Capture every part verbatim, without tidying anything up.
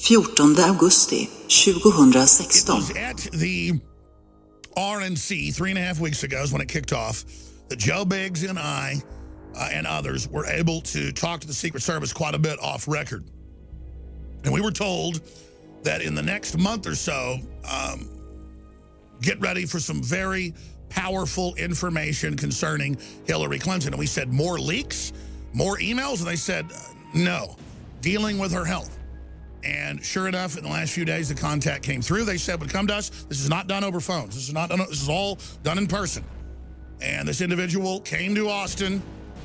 fjortonde augusti tjugohundrasexton. It was at the R N C three and a half weeks ago is when it kicked off that Joe Biggs and I uh, and others were able to talk to the Secret Service quite a bit off record. And we were told that in the next month or so, um, get ready for some very powerful information concerning Hillary Clinton. And we said, more leaks, more emails? And they said, no, dealing with her health. And sure enough, in the last few days, the contact came through. They said, but come to us. This is not done over phones. This is not done. This is all done in person. And this individual came to Austin,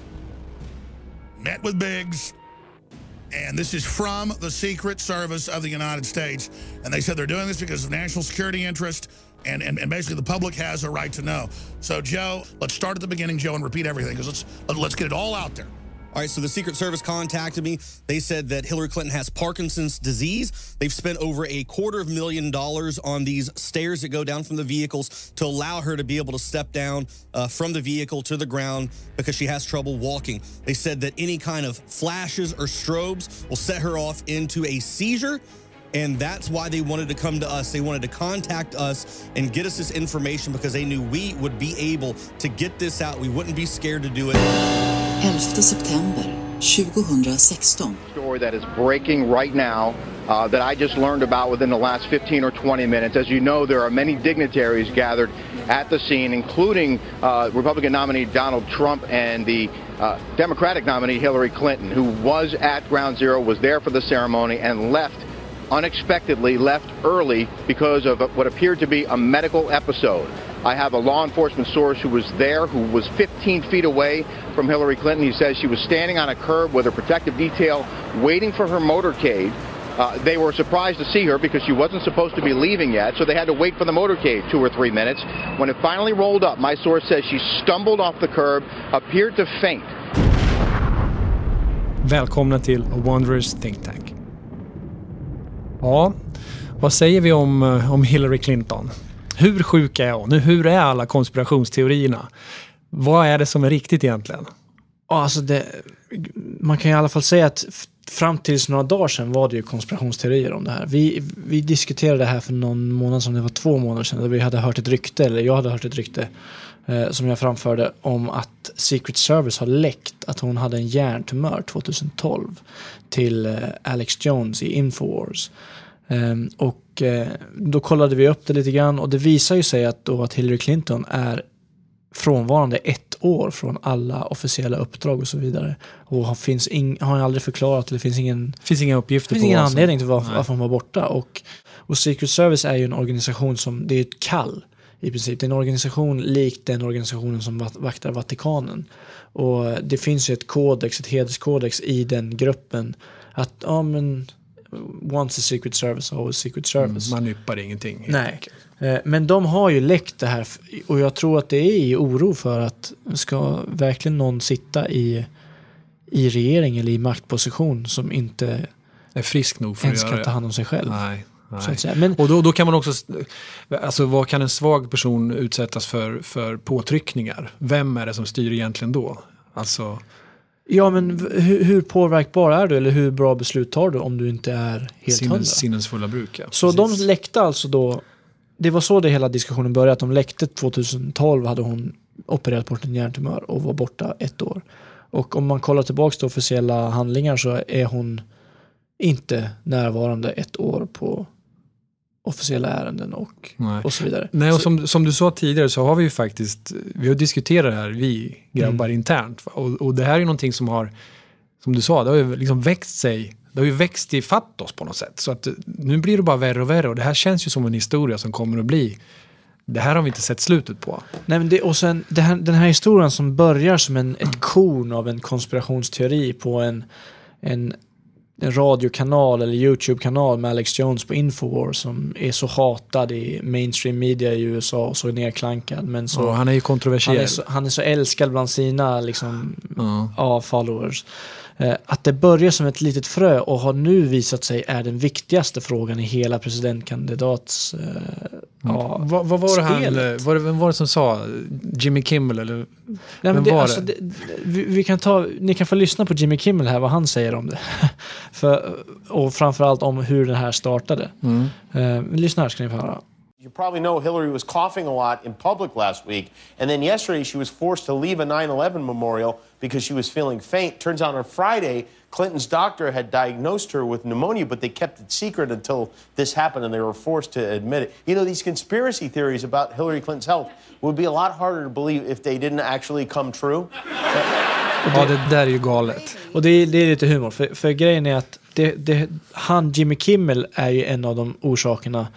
met with Biggs, and this is from the Secret Service of the United States. And they said they're doing this because of national security interest, and, and, and basically the public has a right to know. So, Joe, let's start at the beginning, Joe, and repeat everything, because let's, let's get it all out there. All right, so the Secret Service contacted me. They said that Hillary Clinton has Parkinson's disease. They've spent over a quarter of a million dollars on these stairs that go down from the vehicles to allow her to be able to step down uh, from the vehicle to the ground because she has trouble walking. They said that any kind of flashes or strobes will set her off into a seizure, and that's why they wanted to come to us. They wanted to contact us and get us this information because they knew we would be able to get this out. We wouldn't be scared to do it. elfte september tjugohundrasexton. Story that is breaking right now uh, that I just learned about within the last fifteen or twenty minutes. As you know, there are many dignitaries gathered at the scene, including uh, Republican nominee Donald Trump and the uh, Democratic nominee Hillary Clinton, who was at Ground Zero, was there for the ceremony, and left unexpectedly, left early because of what appeared to be a medical episode. I have a law enforcement source who was there, who was fifteen feet away from Hillary Clinton. He says she was standing on a curb with her protective detail waiting for her motorcade. Uh, they were surprised to see her because she wasn't supposed to be leaving yet, so they had to wait for the motorcade two or three minutes. When it finally rolled up, my source says she stumbled off the curb, appeared to faint. Välkomna till A Wanderers Think Tank. Ja, vad säger vi om, om Hillary Clinton? Hur sjuk är hon? Hur är alla konspirationsteorierna? Vad är det som är riktigt egentligen? Alltså det, man kan i alla fall säga att fram tills några dagar sedan var det ju konspirationsteorier om det här. Vi, vi diskuterade det här för någon månad sedan, det var två månader sedan, där vi hade hört ett rykte, eller jag hade hört ett rykte eh, som jag framförde om att Secret Service har läckt att hon hade en hjärntumör tjugohundratolv till eh, Alex Jones i Infowars. Um, och uh, då kollade vi upp det lite grann, och det visar ju sig att, då att Hillary Clinton är frånvarande ett år från alla officiella uppdrag och så vidare, och har, finns ing, har aldrig förklarat, det finns ingen, finns inga uppgifter finns på ingen vad anledning till varför, varför hon var borta. Och, och Secret Service är ju en organisation som, det är ett kall i princip, det är en organisation likt den organisationen som vaktar Vatikanen, och det finns ju ett kodex, ett hederskodex i den gruppen att ja men once a Secret Service, always Secret Service. Mm, man yppar ingenting. Nej. Eh, men de har ju läckt det här, och jag tror att det är i oro för att ska verkligen någon sitta i i regering eller i maktposition som inte är frisk nog för ens att kan ta hand om sig själv. Nej. Så att säga. Men, och då, då kan man också, alltså vad kan en svag person utsättas för, för påtryckningar? Vem är det som styr egentligen då? Alltså... Ja, men hur, hur påverkbar är du, eller hur bra beslut tar du om du inte är helt hundra? Sinnesfulla bruk, ja. Så precis. De läckte alltså då, det var så det hela diskussionen började, att de läckte tjugohundratolv hade hon opererat bort en hjärntumör och var borta ett år. Och om man kollar tillbaka till officiella handlingar så är hon inte närvarande ett år på officiella ärenden och, och så vidare. Nej, och så, som, som du sa tidigare så har vi ju faktiskt, vi har diskuterat det här, vi grabbar mm. internt. Och, och det här är ju någonting som har, som du sa, det har ju liksom växt sig, det har ju växt i fatt oss på något sätt. Så att nu blir det bara värre och värre, och det här känns ju som en historia som kommer att bli, det här har vi inte sett slutet på. Nej, men det, och sen det här, den här historien som börjar som en, ett korn av en konspirationsteori på en, en en radiokanal eller YouTube-kanal med Alex Jones på Infowars som är så hatad i mainstream media i U S A och så nerklankad, men så, oh, han är ju kontroversiell. Han är så, han är så älskad bland sina liksom, oh. ja, followers. Eh, att det börjar som ett litet frö och har nu visat sig är den viktigaste frågan i hela presidentkandidats eh, Ja, Vad, vad var det han, spelet. var det, vem var det som sa? Jimmy Kimmel eller? Nej, vem men det, var alltså, det? det, vi, vi kan ta, ni kan få lyssna på Jimmy Kimmel här, vad han säger om det. För, och framförallt om hur det här startade. Mm. Uh, lyssna här ska ni få höra. You probably know Hillary was coughing a lot in public last week, and then yesterday she was forced to leave a nine eleven memorial because she was feeling faint. Turns out on Friday, Clinton's doctor had diagnosed her with pneumonia, but they kept it secret until this happened, and they were forced to admit it. You know, these conspiracy theories about Hillary Clinton's health would be a lot harder to believe if they didn't actually come true. Ja, det där är ju galet. Och det är, det är lite humor, för, för grejen är att det, det, han, Jimmy Kimmel, är ju en av de orsakerna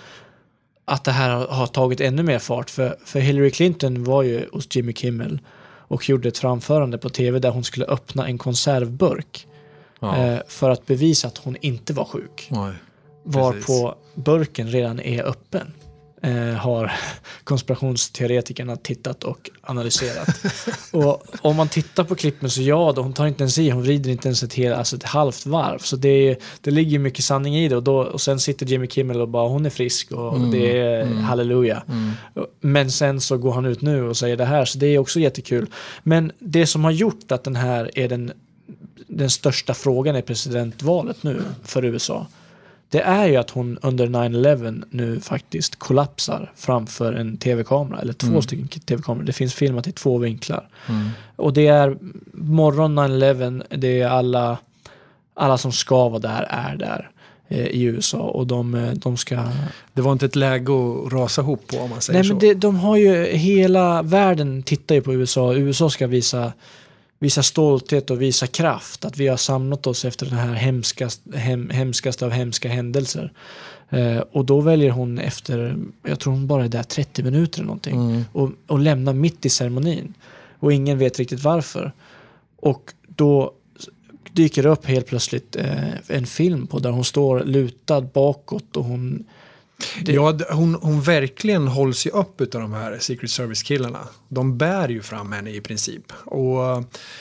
att det här har, har tagit ännu mer fart. För, för Hillary Clinton var ju hos Jimmy Kimmel och gjorde ett framförande på tv där hon skulle öppna en konservburk ja. eh, för att bevisa att hon inte var sjuk. Nej, varpå burken redan är öppen. Eh, har konspirationsteoretikerna tittat och analyserat. Och om man tittar på klippen så ja, då, hon tar inte ens i, hon vrider inte ens ett, hel, alltså ett halvt varv. Så det, är, det ligger mycket sanning i det. Och, då, och sen sitter Jimmy Kimmel och bara, hon är frisk och mm, det är mm, halleluja. Mm. Men sen så går han ut nu och säger det här, så det är också jättekul. Men det som har gjort att den här är den, den största frågan i presidentvalet nu för U S A, det är ju att hon under nine eleven nu faktiskt kollapsar framför en tv-kamera, eller två mm. stycken tv-kameror. Det finns filmat i två vinklar. Mm. Och det är morgon nine eleven, det är alla, alla som ska vara där är där eh, i U S A. Och de, de ska... Det var inte ett läge att rasa ihop på, om man säger Nej, så. Men det, de har ju, hela världen tittar ju på U S A. U S A ska visa... visa stolthet och visa kraft, att vi har samlat oss efter den här hemskaste, hem, hemskaste av hemska händelser. Eh, och då väljer hon efter, jag tror hon bara är där trettio minuter eller någonting, mm. och, och lämnar mitt i ceremonin. Och ingen vet riktigt varför. Och då dyker det upp helt plötsligt eh, en film på där hon står lutad bakåt och hon... Det... Ja, hon, hon verkligen hålls ju upp utav de här Secret Service-killarna. De bär ju fram henne i princip. Och,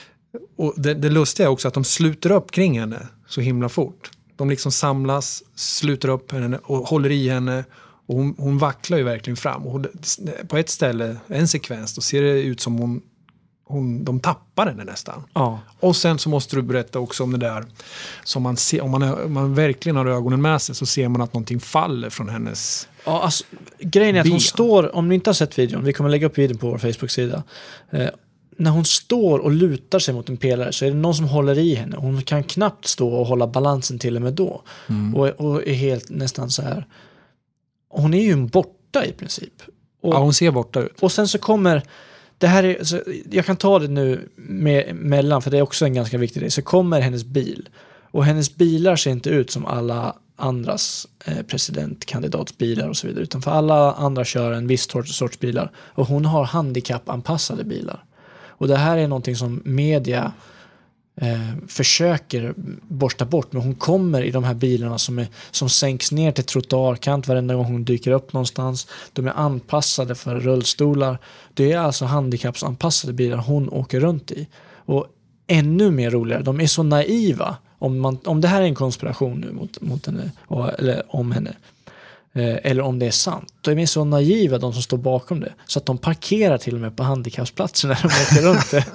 och det, det lustiga är också att de sluter upp kring henne så himla fort. De liksom samlas, sluter upp henne och håller i henne. Och hon, hon vacklar ju verkligen fram. Och hon, på ett ställe, en sekvens, då ser det ut som hon, hon de tappar henne nästan. Ja. Och sen så måste du berätta också om det där som man ser, om man, är, om man verkligen har ögonen med sig så ser man att någonting faller från hennes... Ja, alltså, grejen är att hon står, om ni inte har sett videon, vi kommer lägga upp videon på vår Facebook-sida. Eh, när hon står och lutar sig mot en pelare så är det någon som håller i henne. Hon kan knappt stå och hålla balansen till och med då. Mm. Och, och är helt nästan så här... Hon är ju borta i princip. Och, ja, hon ser borta ut. Och sen så kommer... Det här är, så jag kan ta det nu med, mellan, för det är också en ganska viktig grej. Så kommer hennes bil. Och hennes bilar ser inte ut som alla andras eh, presidentkandidatsbilar och så vidare. Utan för alla andra kör en viss sorts bilar. Och hon har handikappanpassade bilar. Och det här är någonting som media eh, försöker borsta bort. Men hon kommer i de här bilarna som, är, som sänks ner till trottoarkant varenda gång hon dyker upp någonstans. De är anpassade för rullstolar. Det är alltså handikappsanpassade bilar hon åker runt i. Och ännu mer roligare, de är så naiva. Om, man, om det här är en konspiration nu mot, mot henne, eller om henne, eh, eller om det är sant, då är de så naiva, de som står bakom det, så att de parkerar till och med på handikappsplatser när de åker runt det.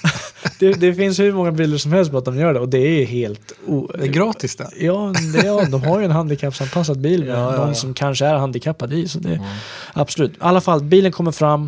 det. Det finns hur många bilder som helst på att de gör det, och det är helt... O- det är gratis där. Ja, det är, de har ju en handikappsanpassad bil med ja, ja, någon ja. som kanske är handikappad i, så det mm. absolut. I alla fall, bilen kommer fram.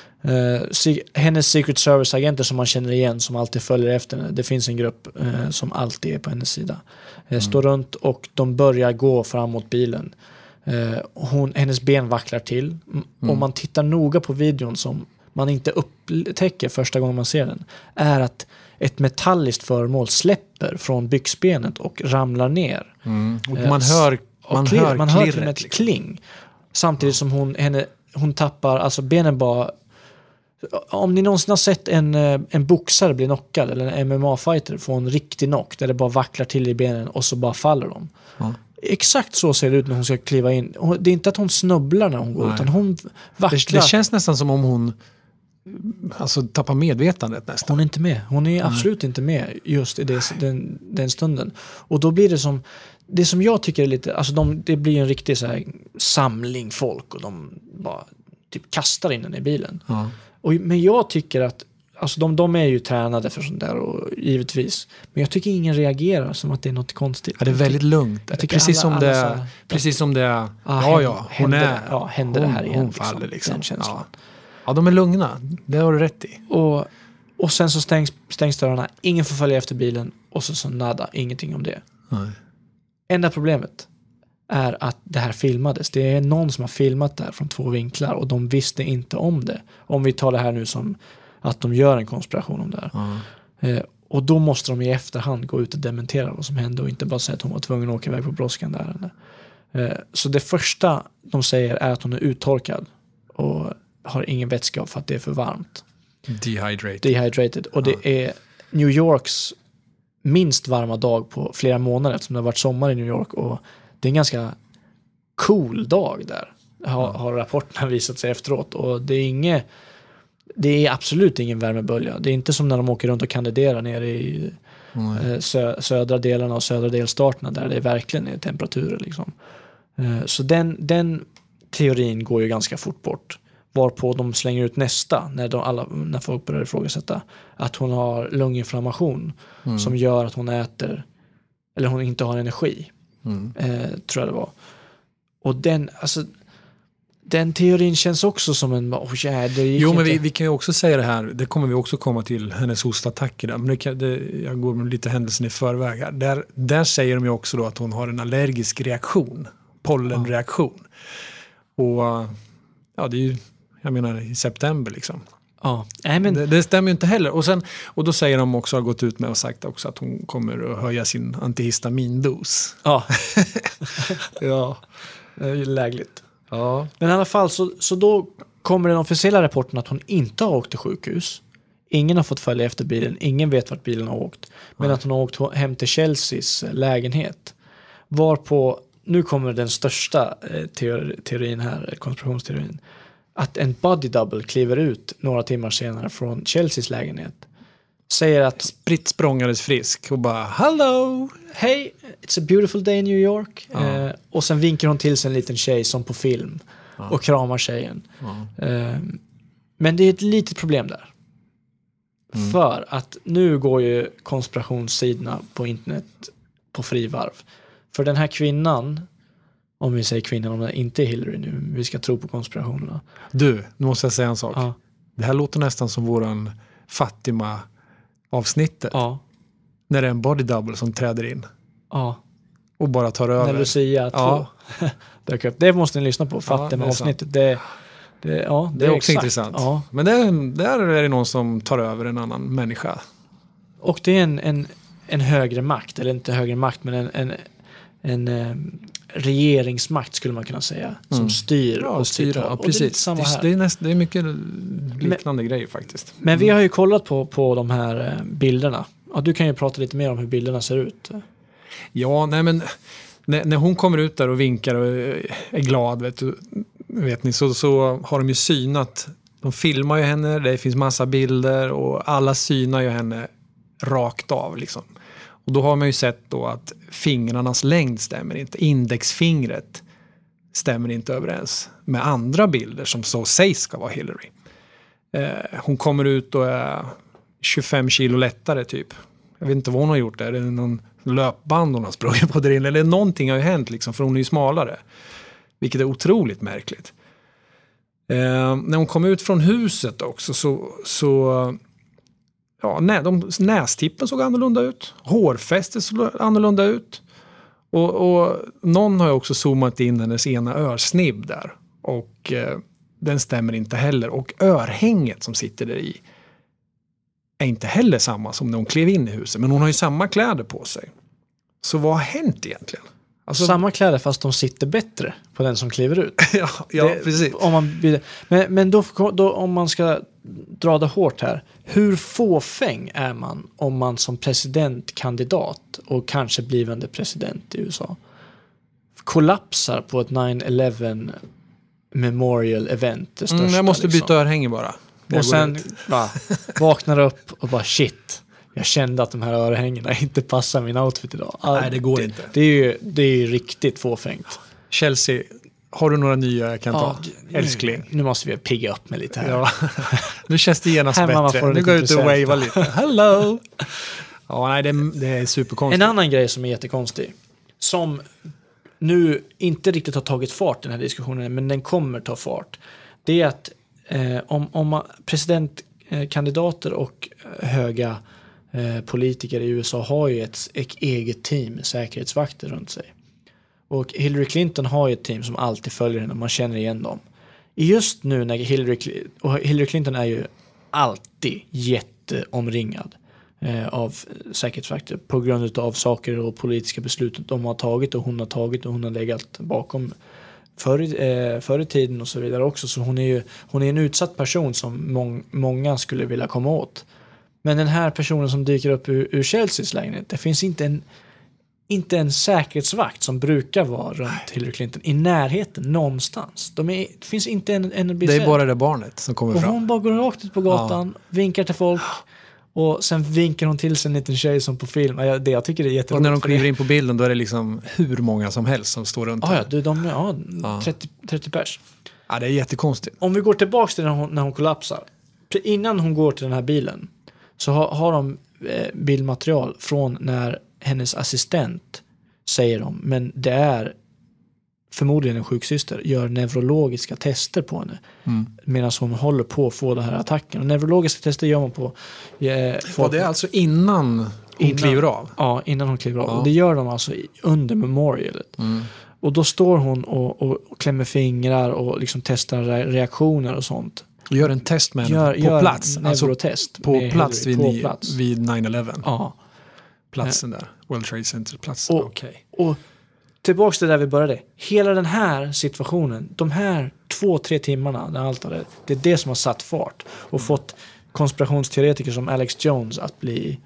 Uh, hennes Secret Service-agenter som man känner igen, som alltid följer efter henne. Det finns en grupp uh, som alltid är på hennes sida. Uh, mm. Står runt och de börjar gå fram mot bilen. Uh, hon, hennes ben vacklar till. Mm. Om man tittar noga på videon, som man inte upptäcker första gången man ser den, är att ett metalliskt föremål släpper från byxbenet och ramlar ner. Mm. Och man hör, man klirr, hör man hör klirret, ett liksom. kling. Samtidigt som hon, henne, hon tappar, alltså benen bara... Om ni någonsin har sett en, en boxare bli knockad, eller en M M A-fighter få en riktig knock där det bara vacklar till i benen och så bara faller de. Ja. Exakt så ser det ut när hon ska kliva in. Det är inte att hon snubblar när hon går, nej, utan hon vacklar. Det, det känns nästan som om hon alltså tappar medvetandet nästan. Hon är inte med. Hon är absolut nej. inte med just i det, den, den stunden. Och då blir det som... Det som jag tycker är lite, alltså de, det blir en riktig så här samling folk, och de, bara typ kastar in den i bilen. Ja. Och, men jag tycker att alltså de, de är ju tränade för sånt där och givetvis. Men jag tycker ingen reagerar som att det är något konstigt. Ja, det är väldigt lugnt. Precis, alla, som det, alla här, precis som det är. Ah, Ja, ja. Hon händer, är, ja, händer det här igen. Hon faller liksom. Den känslan. Ja. ja, de är lugna. Det har du rätt i. Och, och sen så stängs, stängs dörrarna. Ingen får följa efter bilen. Och så, så nada. Ingenting om det. Nej. Enda problemet är att det här filmades. Det är någon som har filmat det här från två vinklar. Och de visste inte om det. Om vi tar det här nu som att de gör en konspiration om det här. Ja. Eh, och då måste de i efterhand gå ut och dementera vad som hände. Och inte bara säga att hon var tvungen att åka iväg på brådskan där. Eh, så det första de säger är att hon är uttorkad. Och har ingen vätska för att det är för varmt. Dehydrated. Dehydrated. Och det är New Yorks minst varma dag på flera månader eftersom det har varit sommar i New York och det är en ganska cool dag där har, har rapporterna visat sig efteråt och det är inget det är absolut ingen värmebölja. Det är inte som när de åker runt och kandiderar nere i eh, sö, södra delarna och södra delstaterna där det verkligen är temperaturer liksom. Eh, så den, den teorin går ju ganska fort bort. Varpå de slänger ut nästa när, de alla, när folk börjar ifrågasätta att hon har lunginflammation mm. som gör att hon äter eller hon inte har energi mm. eh, tror jag det var. Och den, alltså den teorin känns också som en oh, yeah, det gick Jo, men inte. vi, vi kan ju också säga det här, det kommer vi också komma till hennes hostattacker där, men det kan, det, jag går med lite händelsen i förväg här. Där, där säger de ju också då att hon har en allergisk reaktion, pollenreaktion. Ja. Och ja, det är ju jag menar i september liksom. Ja, nej, men det, det stämmer ju inte heller. Och, sen, och då säger de också, har gått ut med och sagt också att hon kommer att höja sin antihistamindos. Ja. Ja. Det är ju lägligt. Ja. Men i alla fall så, så då kommer den officiella rapporten att hon inte har åkt till sjukhus. Ingen har fått följa efter bilen. Ingen vet vart bilen har åkt. Men ja. Att hon har åkt hem till Chelseas lägenhet. Varpå, nu kommer den största teori, teorin här, konspirationsteorin. Att en body double kliver ut några timmar senare från Chelseas lägenhet. Säger att spritt språngades frisk och bara hello, hey, it's a beautiful day in New York. Ja. Eh, och sen vinkar hon till sig en liten tjej som på film ja. Och kramar tjejen. Ja. Eh, men det är ett litet problem där. Mm. För att nu går ju konspirationssidorna på internet på frivarv. För den här kvinnan, om vi säger kvinnan, om det inte är Hillary nu, vi ska tro på konspirationerna. Du, nu måste jag säga en sak. Ja. Det här låter nästan som våran Fatima-avsnittet. Ja. När det är en body double som träder in. Ja. Och bara tar över. När Lucia två. Ja. Det måste ni lyssna på, Fatima-avsnittet. Det, det, ja, det, det är också exakt. intressant. Ja. Men det, där är det någon som tar över en annan människa. Och det är en, en, en högre makt, eller inte högre makt, men en, en, en, en regeringsmakt skulle man kunna säga, som mm. styr ja, och styr. Ja, precis. Det är, samma här. Det, är näst, det är mycket liknande men, grejer faktiskt. Men mm. vi har ju kollat på, på de här bilderna. Ja, du kan ju prata lite mer om hur bilderna ser ut. Ja, nej men när, när hon kommer ut där och vinkar och är glad, vet, du, vet ni, så, så har de ju synat. De filmar ju henne, det finns massa bilder och alla synar ju henne rakt av liksom. Och då har man ju sett då att fingrarnas längd stämmer inte. Indexfingret stämmer inte överens med andra bilder som så sägs ska vara Hillary. Eh, hon kommer ut och är tjugofem kilo lättare typ. Jag vet inte vad hon har gjort där. Är det någon löpband hon har sprungit på där inne? Eller någonting har ju hänt liksom, för hon är ju smalare. Vilket är otroligt märkligt. Eh, när hon kom ut från huset också så... så ja, nä, de, nästippen såg annorlunda ut. Hårfästet såg annorlunda ut. Och, och någon har ju också zoomat in hennes ena örsnibb där. Och eh, den stämmer inte heller. Och örhänget som sitter där i är inte heller samma som när hon klev in i huset. Men hon har ju samma kläder på sig. Så vad har hänt egentligen? Alltså, samma kläder fast de sitter bättre på den som kliver ut. ja, ja det, precis. Om man, men men då, då, om man ska dra det hårt här. Hur fåfäng är man om man som presidentkandidat och kanske blivande president i U S A kollapsar på ett nine eleven memorial event? Det största, mm, jag måste byta liksom. örhänge bara. Och sen va, vaknar upp och bara shit. Jag kände att de här örhängena inte passar min outfit idag. Nej, det går det, inte. Det är ju, det är ju riktigt fåfängt. Chelsea, Har du några nya jag kan ta? Ja, nu, Älskling. Nu måste vi pigga upp med lite här. Ja. Nu känns det genast Hemma bättre. får Nu lite går jag ut och present. wava lite. Hello! Ja, nej, det, det är superkonstigt. En annan grej som är jättekonstig, som nu inte riktigt har tagit fart den här diskussionen, men den kommer ta fart. Det är att eh, om, om presidentkandidater och höga eh, politiker i U S A har ju ett, ett eget team säkerhetsvakter runt sig. Och Hillary Clinton har ju ett team som alltid följer henne och man känner igen dem. Just nu när Hillary, och Hillary Clinton är ju alltid jätteomringad eh, av säkerhetsvakter på grund av saker och politiska beslut de har tagit och hon har tagit och hon har legat bakom förr, eh, förr i tiden och så vidare också. Så hon är ju hon är en utsatt person som mång, många skulle vilja komma åt. Men den här personen som dyker upp ur, ur Chelseas lägenhet, det finns inte en inte en säkerhetsvakt som brukar vara runt Hillary Clinton i närheten någonstans. De är, det finns inte en, en Det är bara det barnet som kommer och fram. hon bara går rakt ut på gatan, ja. vinkar till folk och sen vinkar hon till sig en liten tjej som på film. Ja, det jag tycker det är jätteroligt. Och när de kliver in på bilden då är det liksom hur många som helst som står runt. Ah, ja, du, de, ja, ja. trettio, trettio pers. Ja, det är jättekonstigt. Om vi går tillbaka till när hon, när hon kollapsar. Innan hon går till den här bilen så har, har de eh, bildmaterial från när hennes assistent, säger de, men det är förmodligen en sjuksyster, gör neurologiska tester på henne mm. medan hon håller på att få den här attacken. Och neurologiska tester gör man på eh, folk. Och det är alltså innan hon innan, kliver av? Ja, innan hon kliver av. Ja. Och det gör de alltså under memorialet. Mm. Och då står hon och, och, och klämmer fingrar och liksom testar reaktioner och sånt. Gör en test med gör, på gör plats. Alltså på plats vid, på plats vid nine eleven. Ja. Platsen där. World Trade Center-platsen. Och, okay. och tillbaka till där vi började. Hela den här situationen, de här två, tre timmarna, när allt det, det är det som har satt fart och fått konspirationsteoretiker som Alex Jones att bli,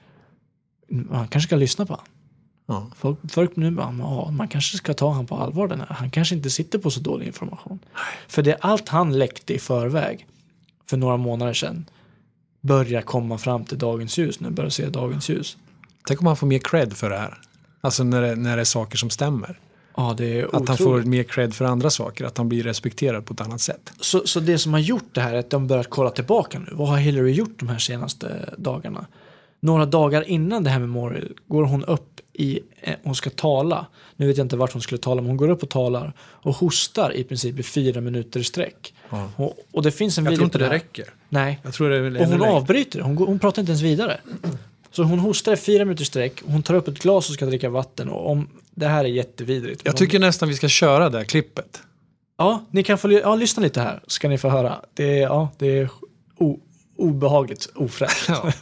man kanske ska lyssna på han. Ja. Folk, folk nu bara, ja, man kanske ska ta han på allvar den här. Han kanske inte sitter på så dålig information. För det är allt han läckte i förväg för några månader sedan börjar komma fram till dagens ljus, nu börjar se dagens ljus. Tänk om han får mer cred för det här. Alltså när det, när det är saker som stämmer. Ja, det är att han får mer cred för andra saker. Att han blir respekterad på ett annat sätt. Så, så det som har gjort det här är att de börjat kolla tillbaka nu. Vad har Hillary gjort de här senaste dagarna? Några dagar innan det här memorial går hon upp i, eh, hon ska tala. Nu vet jag inte vart hon skulle tala, men hon går upp och talar och hostar i princip i fyra minuter i sträck. Ja. Och, och det finns en jag video tror inte det det räcker. Nej. Jag tror det är och hon längre. avbryter det. Hon, hon pratar inte ens vidare. Så hon hostar i fyra minuter i sträck. Hon tar upp ett glas och ska dricka vatten. Och om, det här är jättevidrigt. Jag tycker nästan vi ska köra det här klippet. Ja, ni kan få ja, lyssna lite här. Ska ni få höra. Det är, ja, det är o, obehagligt, ofräscht. Ja.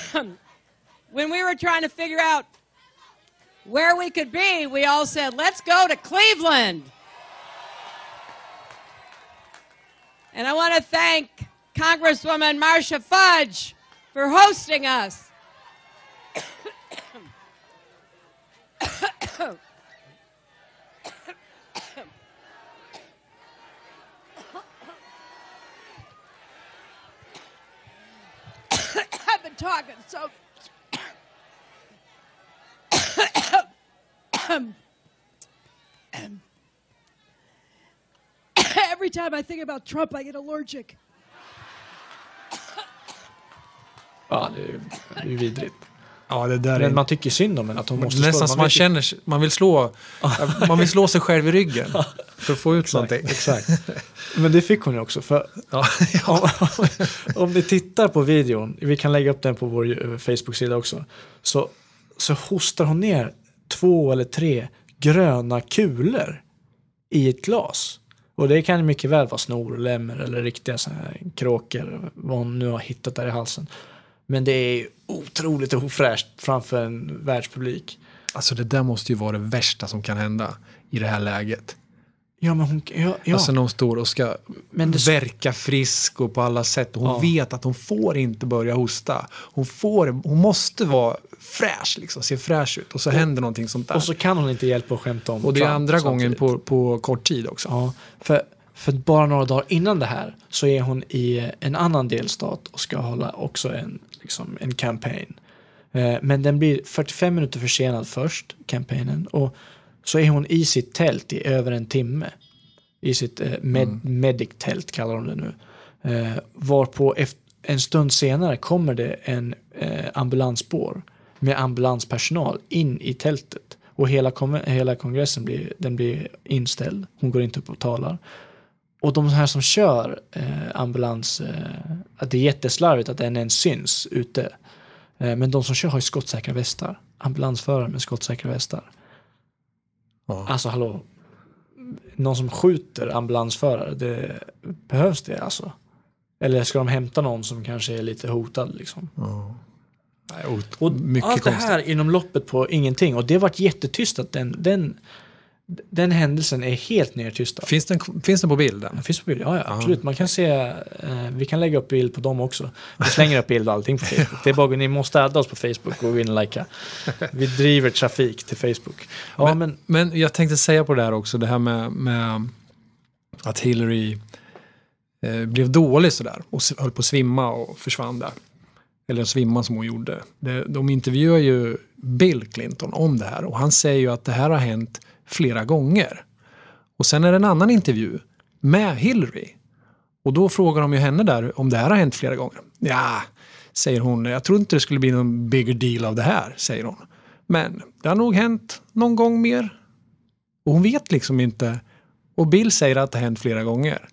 When we were trying to figure out where we could be, we all said, let's go to Cleveland. And I want to thank Congresswoman Marcia Fudge for hosting us. I've been talking so every time I think about Trump I get allergic. Ja, det är, det är vidrigt. Ja, det där men är... man tycker synd om en att hon måste nästan slå. som man, man känner man vill slå man vill slå sig själv i ryggen för att få ut exakt, någonting. Exakt. Men det fick hon ju också för ja, ja. Om, om ni tittar på videon, vi kan lägga upp den på vår Facebook-sida också. Så så hostar hon ner två eller tre gröna kulor i ett glas. Och det kan mycket väl vara snorlämmer eller riktiga så här kråkor vad hon nu har hittat där i halsen. Men det är otroligt ofräscht framför en världspublik. Alltså det där måste ju vara det värsta som kan hända i det här läget. Ja, men hon... Ja, ja. Alltså någon står och ska men det... verka frisk och på alla sätt. Hon ja. vet att hon får inte börja hosta. Hon, får, hon måste vara fräsch, liksom, se fräsch ut. Och så och, händer någonting sånt där. Och så kan hon inte hjälpa att skämta om och det är Trump andra samtidigt. gången på, på kort tid också. Ja, för... För bara några dagar innan det här så är hon i en annan delstat och ska hålla också en, liksom, en campaign. Eh, men den blir fyrtiofem minuter försenad först, campaignen. Och så är hon i sitt tält i över en timme. i sitt eh, med, mm. medic-tält kallar de det nu. Eh, varpå efter, en stund senare kommer det en eh, ambulansspår med ambulanspersonal in i tältet. Och hela, kom- hela kongressen blir, den blir inställd. Hon går inte upp och talar. Och de här som kör eh, ambulans, eh, att det är jätteslarvigt att den ens syns ute. Eh, men de som kör har ju skottsäkra västar. Ambulansförare med skottsäkra västar. Ja. Alltså hallå, någon som skjuter ambulansförare, det behövs det alltså? Eller ska de hämta någon som kanske är lite hotad liksom? Ja. Nej, och mycket allt det här konstigt. Inom loppet på ingenting. Och det har varit jättetyst att den, den, den händelsen är helt nertystad. Finns den, finns den på bilden? Den finns på bild, ja, ja absolut. Man kan se, eh, vi kan lägga upp bild på dem också. Vi slänger upp bild och allting på Facebook. Det är bara, ni måste adda oss på Facebook och gå in och likea. Vi driver trafik till Facebook. Ja, men, men, men jag tänkte säga på det här också, det här med, med att Hillary eh, blev dålig sådär och höll på att svimma och försvann där. Eller svimma som hon gjorde. De, de intervjuar ju Bill Clinton om det här och han säger ju att det här har hänt flera gånger. Och sen är det en annan intervju med Hillary. Och då frågar de ju henne där om det här har hänt flera gånger. Ja, säger hon. Jag tror inte det skulle bli någon bigger deal av det här, säger hon. Men det har nog hänt någon gång mer. Och hon vet liksom inte. Och Bill säger att det har hänt flera gånger.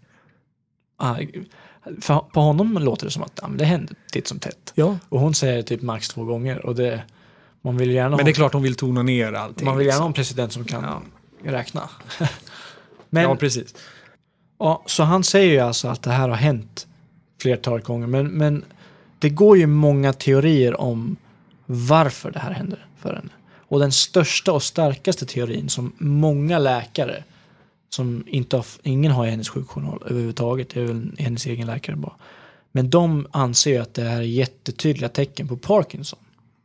Ah, för på honom låter det som att ja, men det händer titt som tätt. Ja. Och hon säger typ max två gånger. Och det, man vill gärna men ha, det är klart hon vill tona ner allting. Man vill gärna liksom. ha en president som kan ja. räkna. men, ja, precis. Ja, så han säger ju alltså att det här har hänt flertal gånger. Men, men det går ju många teorier om varför det här händer för henne. Och den största och starkaste teorin som många läkare som inte har, ingen har i hennes sjukjournal överhuvudtaget, det är väl hennes egen läkare bara. Men de anser ju att det här är jättetydliga tecken på Parkinson.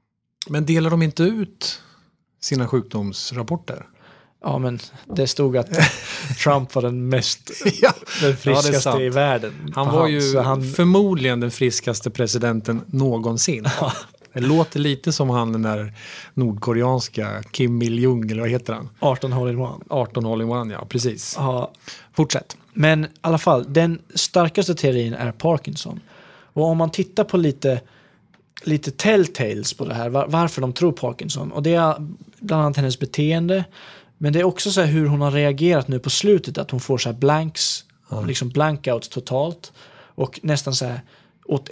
Men delar de inte ut sina sjukdomsrapporter? Ja, men det stod att Trump var den mest ja, den friskaste ja, i världen. Han var han, ju han... förmodligen den friskaste presidenten någonsin. Det låter lite som han den där nordkoreanska Kim Il-Jung, eller vad heter han? arton hole in one. arton hole in one, ja, precis. Ja. Fortsätt. Men i alla fall, den starkaste teorin är Parkinson. Och om man tittar på lite, lite telltales på det här, var, varför de tror Parkinson. Och det är bland annat hennes beteende. Men det är också så här hur hon har reagerat nu på slutet. Att hon får så här blanks, mm. liksom blankouts totalt. Och nästan så här åt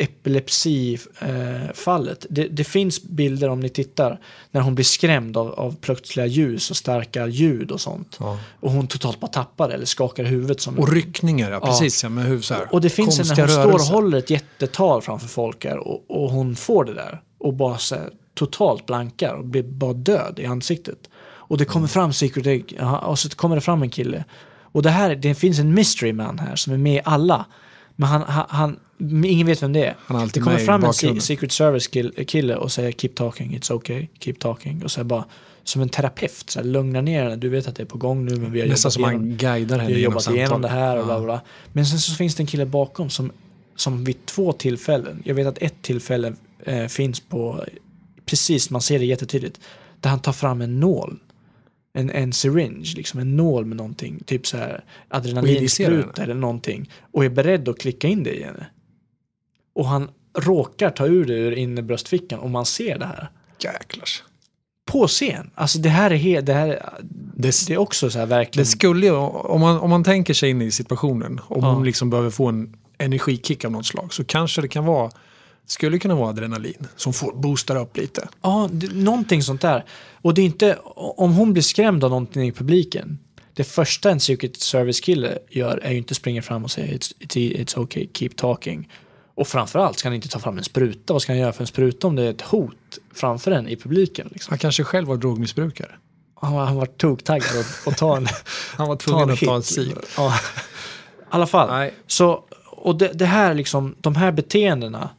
epilepsifallet. Eh, det, det finns bilder om ni tittar när hon blir skrämd av, av plötsliga ljus och starka ljud och sånt. Ja. Och hon totalt bara tappar eller skakar huvudet. Som och ryckningar, ja, precis. Ja. Ja, med huvud så här. Och det finns en när hon rörelser. står och håller ett jättetal framför folk här, och, och hon får det där och bara så här, totalt blankar och blir bara död i ansiktet. Och det kommer mm. fram Secret, och så kommer det fram en kille. Och det här, det finns en mystery man här som är med i alla. Men han, han, han ingen vet vem det är. Han det kommer fram en Secret Service kille och säger keep talking, it's okay, keep talking. Och så bara som en terapeut, så här, lugna ner henne. Du vet att det är på gång nu, men vi har nästan jobbat som igenom, han guidar henne vi har jobbat samtal. igenom det här och bla bla. Men sen så finns det en kille bakom som, som vid två tillfällen, jag vet att ett tillfälle eh, finns på, precis, man ser det jättetydligt, där han tar fram en nål. En, en syringe, liksom en nål med någonting, typ så här adrenalinspruta eller någonting, och är beredd att klicka in det i henne. Och han råkar ta ur det ur inne bröstfickan och man ser det här. Jäklars. På scen. Alltså det här är he- det här är, det, det är också så här verkligen. Det skulle ju, om man, om man tänker sig in i situationen, om ja. hon liksom behöver få en energikick av något slag, så kanske det kan vara skulle kunna vara adrenalin som får boostar upp lite. Ja, det, någonting sånt där. Och det är inte, om hon blir skrämd av någonting i publiken, det första en Secret Service-kille gör är ju inte springa fram och säga it's, it's, it's okay, keep talking. Och framförallt ska han inte ta fram en spruta. Vad ska han göra för en spruta om det är ett hot framför en i publiken? Liksom? Han kanske själv var drogmissbrukare. Han var, han var toktaggad och, och ta en han var tvungen att ta en sil. Ja. I alla fall. Nej. Så, och det, det här liksom, de här beteendena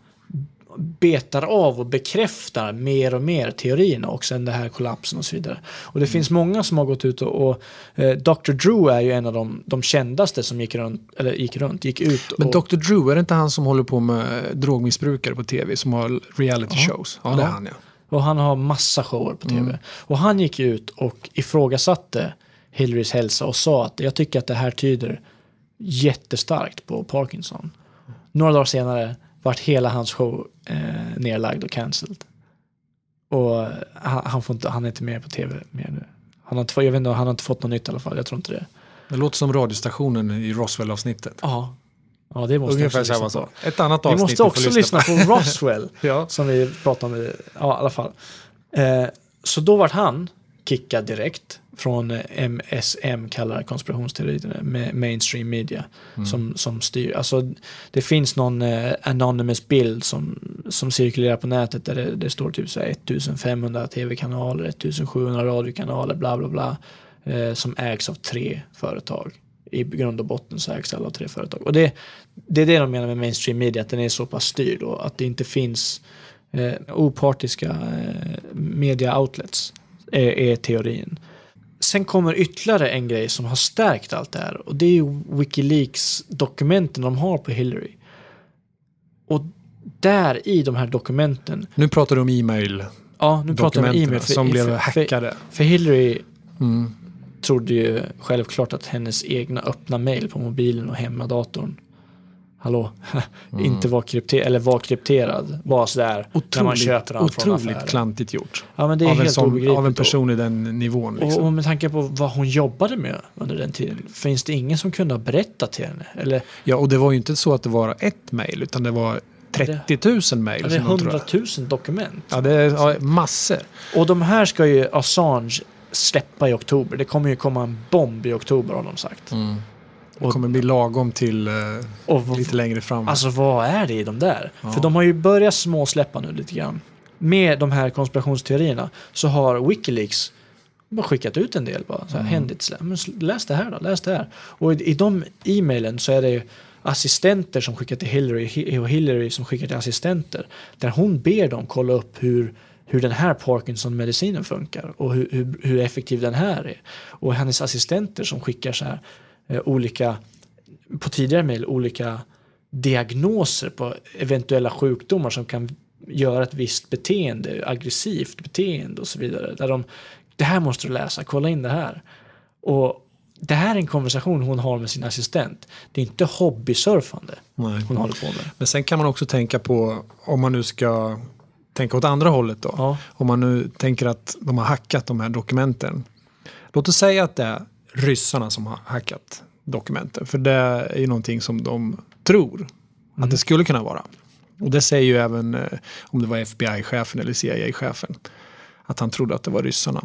betar av och bekräftar mer och mer teorierna och sen det här kollapsen och så vidare. Och det mm. finns många som har gått ut och, och eh, doktor Drew är ju en av de, de kändaste som gick runt, eller gick runt, gick ut. Men och, doktor Drew, är det inte han som håller på med drogmissbrukare på tv som har reality ja. shows? Ja, det är han, ja. Och han har massa shower på tv. Mm. Och han gick ut och ifrågasatte Hillarys hälsa och sa att jag tycker att det här tyder jättestarkt på Parkinson. Några dagar senare vart hela hans show eh, nedlagd och cancelled. Och han, han, får inte, han är inte med på tv mer nu. Han har, inte, jag vet inte, han har inte fått något nytt i alla fall, jag tror inte det. Det låter som radiostationen i Roswell-avsnittet. Ja. Ja, det måste ungefär också lyssna på. Ett annat avsnitt. Vi måste också lyssna på, på Roswell, ja. som vi pratade om. Ja, i alla fall. Eh, så då vart han kickad direkt från M S M, kallar konspirationsteorier med mainstream media, mm. som, som styr. Alltså, det finns någon eh, anonymous bild som, som cirkulerar på nätet där det, det står typ så här femtonhundra tv-kanaler, sjuttonhundra radiokanaler, bla bla bla, eh, som ägs av tre företag. I grund och botten så ägs alla av tre företag. Och det, det är det de menar med mainstream media, att den är så pass styrd och att det inte finns eh, opartiska eh, media outlets är, är teorin. Sen kommer ytterligare en grej som har stärkt allt det här, och det är ju WikiLeaks-dokumenten de har på Hillary. Och där i de här dokumenten... Nu pratar du om e-mail. Ja, nu pratar jag om e-mail. För, som blev för, hackade. För, för Hillary mm. trodde ju självklart att hennes egna öppna mail på mobilen och hemmadatorn, hallå, mm. inte var krypterad, eller var krypterad, var sådär otroligt, när man köper den från otroligt affären. klantigt gjort. Ja, men det är av, helt en sån, obegripligt av en då. person i den nivån. Liksom. Och, och med tanke på vad hon jobbade med under den tiden, finns det ingen som kunde ha berättat till henne? Eller? Ja, och det var ju inte så att det var ett mejl, utan det var trettio tusen mejl. Ja, det är hundratusen dokument. Ja, det är ja, massor. Och de här ska ju Assange släppa i oktober. Det kommer ju komma en bomb i oktober, har de sagt. Mm. Det kommer bli lagom till uh, och, lite längre fram. Alltså vad är det i de där? Ja. För de har ju börjat småsläppa nu lite grann. Med de här konspirationsteorierna så har WikiLeaks bara skickat ut en del. Bara, så här, mm. händigt, men läs det här då, läs det här. Och i, i de e-mailen så är det ju assistenter som skickar till Hillary och Hillary som skickar till assistenter. Där hon ber dem kolla upp hur hur den här Parkinson-medicinen funkar och hur, hur, hur effektiv den här är. Och hennes assistenter som skickar så här eh, olika, på tidigare mejl, olika diagnoser på eventuella sjukdomar som kan göra ett visst beteende, aggressivt beteende och så vidare. Där de, det här måste du läsa, kolla in det här. Och det här är en konversation hon har med sin assistent. Det är inte hobbysurfande Nej. hon håller på med. Men sen kan man också tänka på, om man nu ska tänka åt andra hållet då. Ja. Om man nu tänker att de har hackat de här dokumenten. Låt oss säga att det är ryssarna som har hackat dokumenten. För det är ju någonting som de tror mm. att det skulle kunna vara. Och det säger ju även eh, om det var F B I-chefen eller C I A-chefen. Att han trodde att det var ryssarna.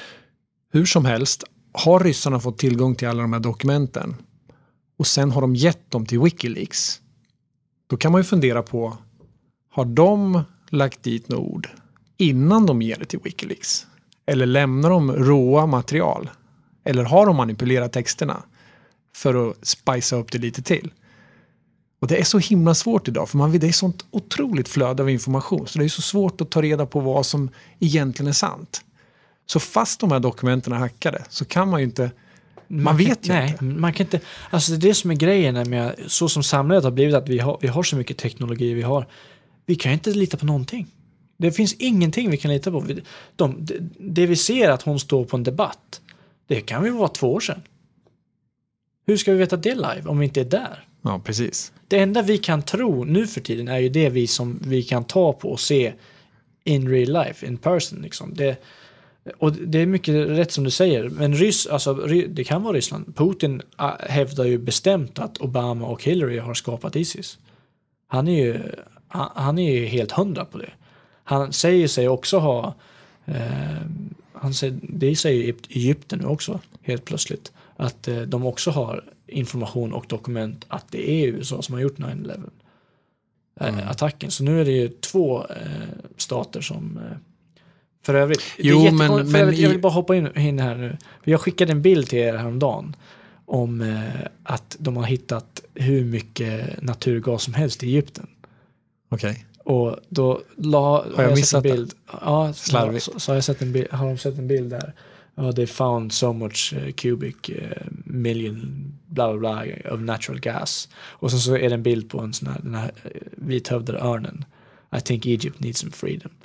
Hur som helst, har ryssarna fått tillgång till alla de här dokumenten och sen har de gett dem till WikiLeaks. Då kan man ju fundera på, har de lagt dit några ord innan de ger det till WikiLeaks? Eller lämnar de råa material? Eller har de manipulerat texterna för att spicea upp det lite till? Och det är så himla svårt idag, för man vet, det är sånt otroligt flöde av information, så det är så svårt att ta reda på vad som egentligen är sant. Så fast de här dokumenten är hackade så kan man ju inte, man, man vet kan, ju nej, inte. Man kan inte, alltså det är det som är grejen med, så som samhället har blivit, att vi har, vi har så mycket teknologi, vi har vi kan inte lita på någonting. Det finns ingenting vi kan lita på. De, det, det vi ser att hon står på en debatt, det kan vi vara två år sedan. Hur ska vi veta det live om vi inte är där? Ja, precis. Det enda vi kan tro nu för tiden är ju det vi som vi kan ta på och se in real life, in person liksom. Det, och det är mycket rätt som du säger, men Ryss, alltså, det kan vara Ryssland. Putin hävdar ju bestämt att Obama och Hillary har skapat ISIS. Han är ju han, han är ju helt hundra på det. Han säger sig också ha eh, han säger, det säger Egypten nu också helt plötsligt, att eh, de också har information och dokument att det är U S A som har gjort nine eleven mm. attacken. Så nu är det ju två eh, stater som eh, för övrigt, jo, det är men, för men övrigt, jag vill i... bara hoppa in, in här nu. Jag skickade en bild till er häromdagen om eh, att de har hittat hur mycket naturgas som helst i Egypten. Okej. Okay. Och då la, har jag, jag missat en bild. Det? Ja, slarvigt. Så, så har jag sett en bild, har de sett en bild där. Ja, they found so much uh, cubic uh, million bla bla bla of natural gas. Och sen så är det en bild på en sån här, den här uh, vithövdade örnen. I think Egypt needs some freedom.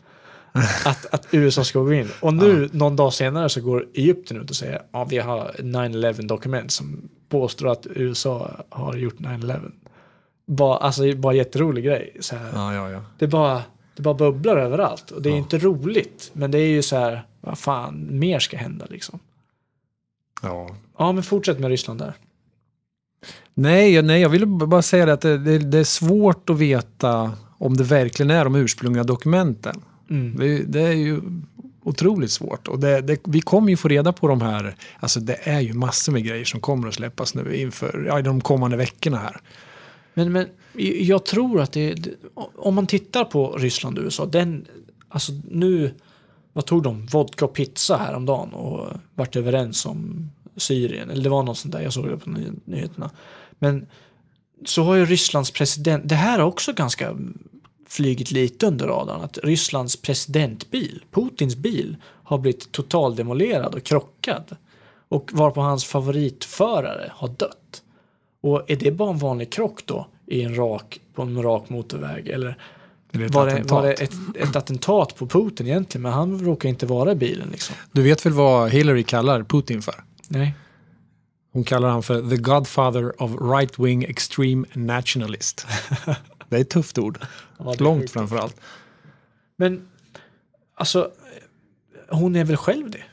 att, att U S A ska gå in. Och nu, ja. någon dag senare, så går Egypten ut och säger ja, vi har nine eleven dokument som påstår att U S A har gjort nine eleven. Bara, alltså, bara jätterolig grej. Så här. Ja, ja, ja. Det, bara, det bara bubblar överallt. Och det är ja. inte roligt. Men det är ju så här, vad fan, mer ska hända liksom. Ja. Ja, men fortsätt med Ryssland där. Nej, nej jag ville bara säga det att det, det, det är svårt att veta om det verkligen är de ursprungliga dokumenten. Mm. Det, det är ju otroligt svårt. Och det, det, vi kommer ju få reda på de här, alltså det är ju massor med grejer som kommer att släppas nu inför ja, de kommande veckorna här. Men, men jag tror att det, det om man tittar på Ryssland och U S A, den, alltså nu, vad tog de? Vodka och pizza häromdagen och vart överens om Syrien. Eller det var något sånt där, jag såg det på nyheterna. Men så har ju Rysslands president, det här har också ganska flygit lite under radarn, att Rysslands presidentbil, Putins bil, har blivit totaldemolerad och krockad. Och varpå hans favoritförare har dött. Och är det bara en vanlig krock då i en rak, på en rak motorväg? Eller det var, det, var det ett, ett attentat på Putin egentligen? Men han råkar inte vara i bilen liksom. Du vet väl vad Hillary kallar Putin för? Nej. Hon kallar han för the godfather of right-wing extreme nationalist. Det är ett tufft ord. Ja, långt framförallt. Men alltså, hon är väl själv det?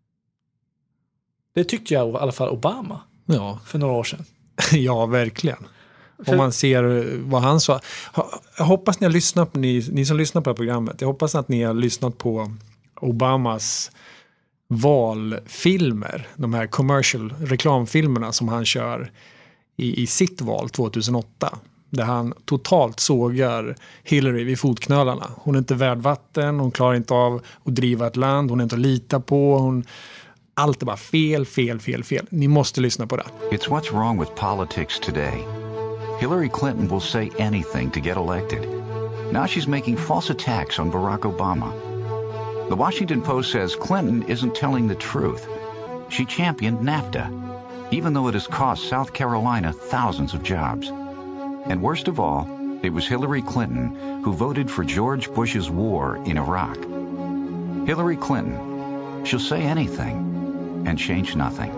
Det tyckte jag i alla fall Obama. Ja. För några år sedan. Ja, verkligen. Om man ser vad han sa. Jag hoppas ni har lyssnat på, ni, ni som lyssnar på det här programmet. Jag hoppas att ni har lyssnat på Obamas valfilmer. De här commercial reklamfilmerna som han kör i, i sitt val tjugohundraåtta. Där han totalt sågar Hillary vid fotknölarna. Hon är inte värd vatten, hon klarar inte av att driva ett land, hon är inte att lita på, hon... Allt är bara fel, fel, fel, fel. Ni måste lyssna på det. It's what's wrong with politics today. Hillary Clinton will say anything to get elected. Now she's making false attacks on Barack Obama. The Washington Post says Clinton isn't telling the truth. She championed NAFTA, even though it has cost South Carolina thousands of jobs. And worst of all, it was Hillary Clinton who voted for George Bush's war in Iraq. Hillary Clinton, she'll say anything and change nothing.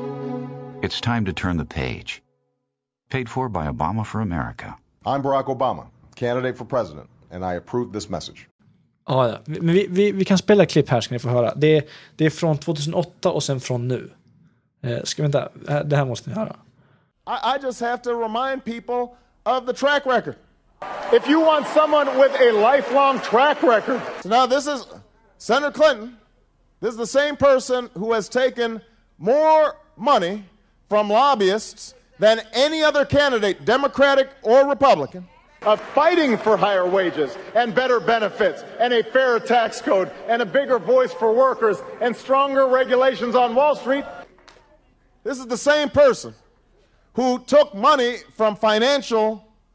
It's time to turn the page. Paid for by Obama for America. I'm Barack Obama, candidate for president, and I approve this message. Ja, ja. Men vi, vi, vi kan spela klipp här, ska ni få höra. Det är, det är från tjugohundraåtta och sen från nu. Eh, ska vi vänta, det här måste ni höra. I, I just have to remind people of the track record. If you want someone with a lifelong track record. So now this is Senator Clinton. This is the same person who has taken more money from lobbyists than any other candidate, Democratic or Republican, of fighting for higher wages and better benefits and a fairer tax code and a bigger voice for workers and stronger regulations on Wall Street. This is the same person who took money from financial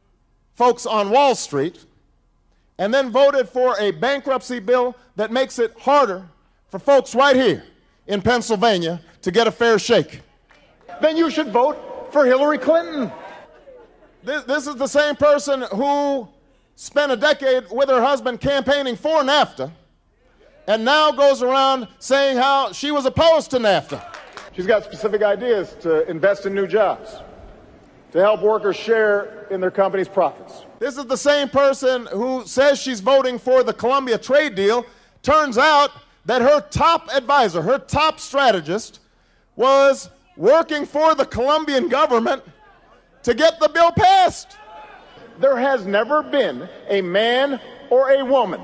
folks on Wall Street and then voted for a bankruptcy bill that makes it harder for folks right here in Pennsylvania to get a fair shake. Then you should vote for Hillary Clinton. This, this is the same person who spent a decade with her husband campaigning for NAFTA and now goes around saying how she was opposed to NAFTA. She's got specific ideas to invest in new jobs, to help workers share in their company's profits. This is the same person who says she's voting for the Colombia trade deal. Turns out that her top advisor, her top strategist, was working for the Colombian government to get the bill passed. There has never been a man or a woman,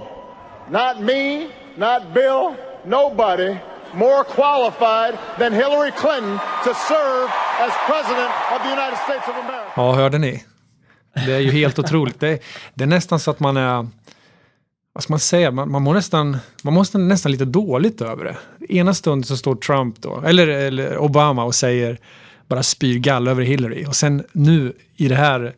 not me, not Bill, nobody, more qualified than Hillary Clinton to serve as president of the United States of America. Ja, hörde ni? Det är ju helt otroligt. Det är, det är nästan så att man är... Vad ska man säga? Man, man, må nästan, man måste nästan lite dåligt över det. Ena stunden så står Trump då, eller, eller Obama och säger bara spyr gall över Hillary. Och sen nu i det här,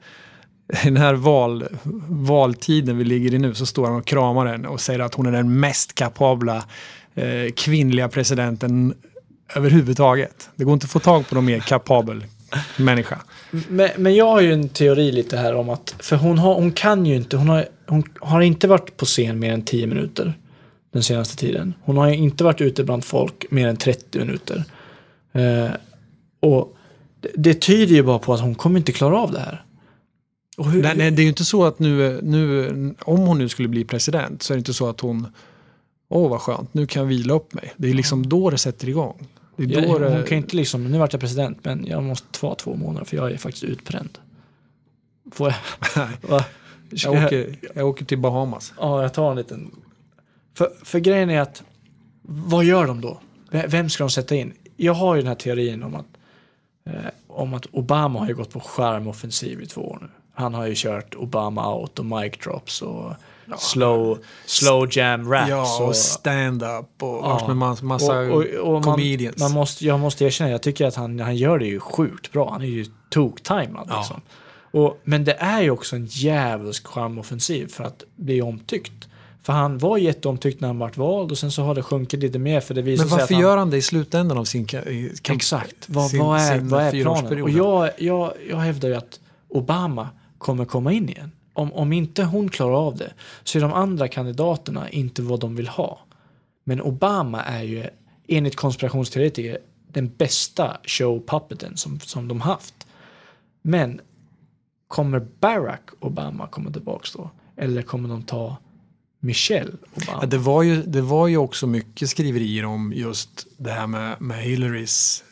i den här val, valtiden vi ligger i nu så står han och kramar henne och säger att hon är den mest kapabla eh, kvinnliga presidenten överhuvudtaget. Det går inte att få tag på någon mer kapabel människa. Men, men jag har ju en teori lite här om att, för hon, har, hon kan ju inte, hon har, hon har inte varit på scen mer än tio minuter. den senaste tiden. Hon har inte varit ute bland folk mer än trettio minuter. Eh, och det, det tyder ju bara på att hon kommer inte klara av det här. Och hur, nej, nej, det är ju inte så att nu, nu, om hon nu skulle bli president, så är det inte så att hon, åh vad skönt, nu kan jag vila upp mig. Det är liksom då det sätter igång. Det är då jag, det... Hon kan inte liksom, nu vart jag president, men jag måste vara två månader för jag är faktiskt utbränd. Får jag? Va? jag, åker, jag åker till Bahamas. Ja, jag tar en liten... För, för grejen är att, vad gör de då? Vem ska de sätta in? Jag har ju den här teorin om att, eh, om att Obama har ju gått på skärmoffensiv i två år nu. Han har ju kört Obama out och mic drops och ja, slow, slow jam raps. Ja, och, och stand-up och ja, med massa, massa och, och, och comedians. Man, man måste, jag måste erkänna, jag tycker att han, han gör det ju sjukt bra. Han är ju tok-timad. Ja. Liksom. Och, men det är ju också en jävligt skärmoffensiv för att bli omtyckt. För han var jätteomtyckt när han vart vald och sen så har det sjunkit lite mer för det visar men sig att varför han... gör han det i slutändan av sin kamp? Exakt. Vad, sin, vad är, sin vad är planen? Och jag, jag, jag, jag hävdar ju att Obama kommer komma in igen. Om, om inte hon klarar av det så är de andra kandidaterna inte vad de vill ha. Men Obama är ju enligt konspirationsteoretiker den bästa showpuppeten som, som de haft. Men kommer Barack Obama komma tillbaka då? Eller kommer de ta Michelle Obama? Ja, det, var ju, det var ju också mycket skriverier om just det här med, med Hillarys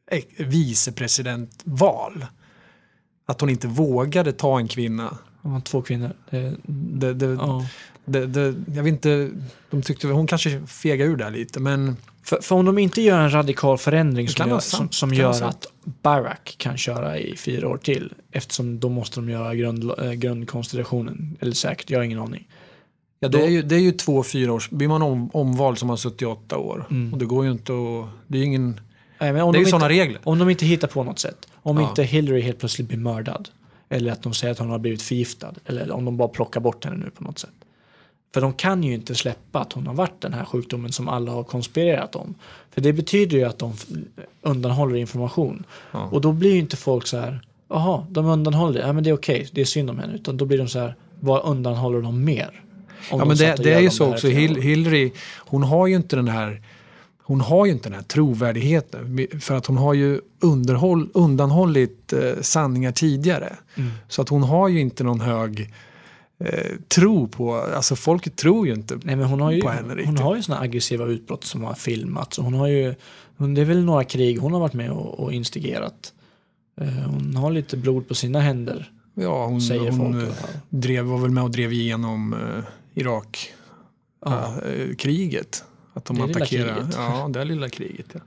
vicepresidentval. Att hon inte vågade ta en kvinna. Hon var två kvinnor. Det, det, det, ja. det, det, jag vet inte, de tyckte hon kanske fega ur där lite, men... För, för om de inte gör en radikal förändring som gör, som, som gör att Barack kan köra i fyra år till, eftersom då måste de göra grund, äh, grundkonstitutionen, eller säkert, jag har ingen aning. Ja, det är ju, det är ju två, fyra års, blir man om, omvald som har sjuttioåtta år. Mm. Och det går ju inte att, det är ju ingen, Nej, men om det är de ju sådana inte, regler. Om de inte hittar på något sätt, om ja. inte Hillary helt plötsligt blir mördad, eller att de säger att hon har blivit förgiftad, eller om de bara plockar bort henne nu på något sätt. För de kan ju inte släppa att hon har varit den här sjukdomen som alla har konspirerat om. För det betyder ju att de undanhåller information. Ja. Och då blir ju inte folk så här, jaha, de undanhåller det. Ja, men det är okej, det är synd om henne. Utan då blir de så här, vad undanhåller de mer? Ja, men det, det är ju så också. Hill, Hillary, hon har ju inte den här hon har ju inte den här trovärdigheten. För att hon har ju underhåll, undanhållit eh, sanningar tidigare. Mm. Så att hon har ju inte någon hög Eh, tro på, alltså folket tror ju inte Nej, men hon har ju, på henne riktigt. Hon har ju såna aggressiva utbrott som har filmats. Hon har ju, hon, det är väl några krig hon har varit med och, och instigerat. Eh, hon har lite blod på sina händer. Ja, hon, säger hon folk. drev, var väl med och drev igenom eh, Irak ja. eh, kriget. Att de attackerade. Ja, det lilla kriget. Ja.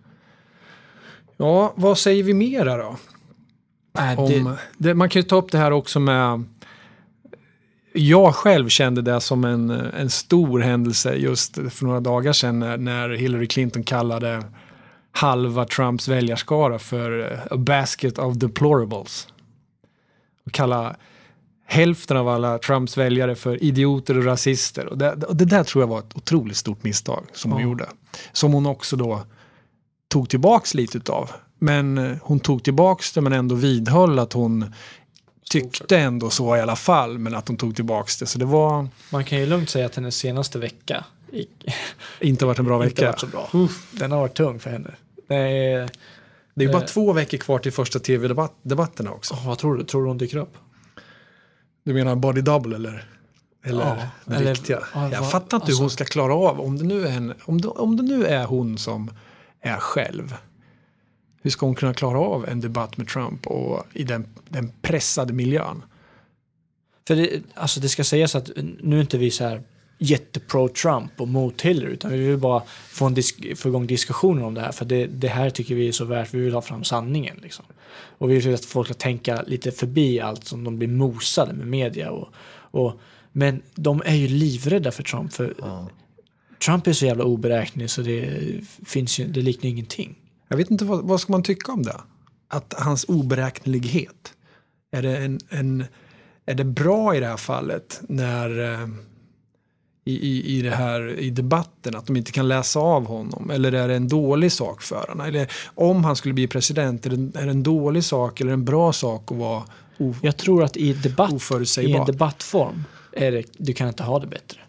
ja, vad säger vi mer då? Äh, Om, det... Det, man kan ju ta upp det här också med. Jag själv kände det som en, en stor händelse just för några dagar sedan när, när Hillary Clinton kallade halva Trumps väljarskara för a basket of deplorables. Och kalla hälften av alla Trumps väljare för idioter och rasister. Och det, och det där tror jag var ett otroligt stort misstag som hon ja. gjorde. Som hon också då tog tillbaks lite utav. Men hon tog tillbaks det men ändå vidhöll att hon tyckte ändå så i alla fall, men att hon tog tillbaks det. Så det var... Man kan ju lugnt säga att hennes senaste vecka inte varit en bra vecka. Inte varit så bra. Uff. Den har varit tung för henne. Det är, det är eh, bara två veckor kvar till första tv-debatterna också. Oh, vad tror du? Tror du hon dyker upp? Du menar body double eller? Eller ja, den eller, riktiga? Ja, jag fattar inte alltså, hur hon ska klara av. Om det, nu är henne, om, det, om det nu är hon som är själv. Hur ska hon kunna klara av en debatt med Trump och i den, den pressade miljön? För det, alltså det ska sägas att nu är inte vi så här jättepro-Trump och mot Hillary, utan vi vill bara få, en disk, få igång diskussioner om det här. För det, det här tycker vi är så värt. Vi vill ha fram sanningen. Liksom. Och vi vill att folk ska tänka lite förbi allt som de blir mosade med media. Och, och, men de är ju livrädda för Trump. För mm. Trump är så jävla oberäknelig så det, finns ju, det liknar ingenting. Jag vet inte, vad, vad ska man tycka om det? Att hans oberäknelighet, är det, en, en, är det bra i det här fallet när eh, i, i, i, det här, i debatten att de inte kan läsa av honom? Eller är det en dålig sak för honom? Eller om han skulle bli president, är det, är det en dålig sak eller en bra sak att vara o, Jag tror att i, debatt, i en debattform är det, du kan inte ha det bättre.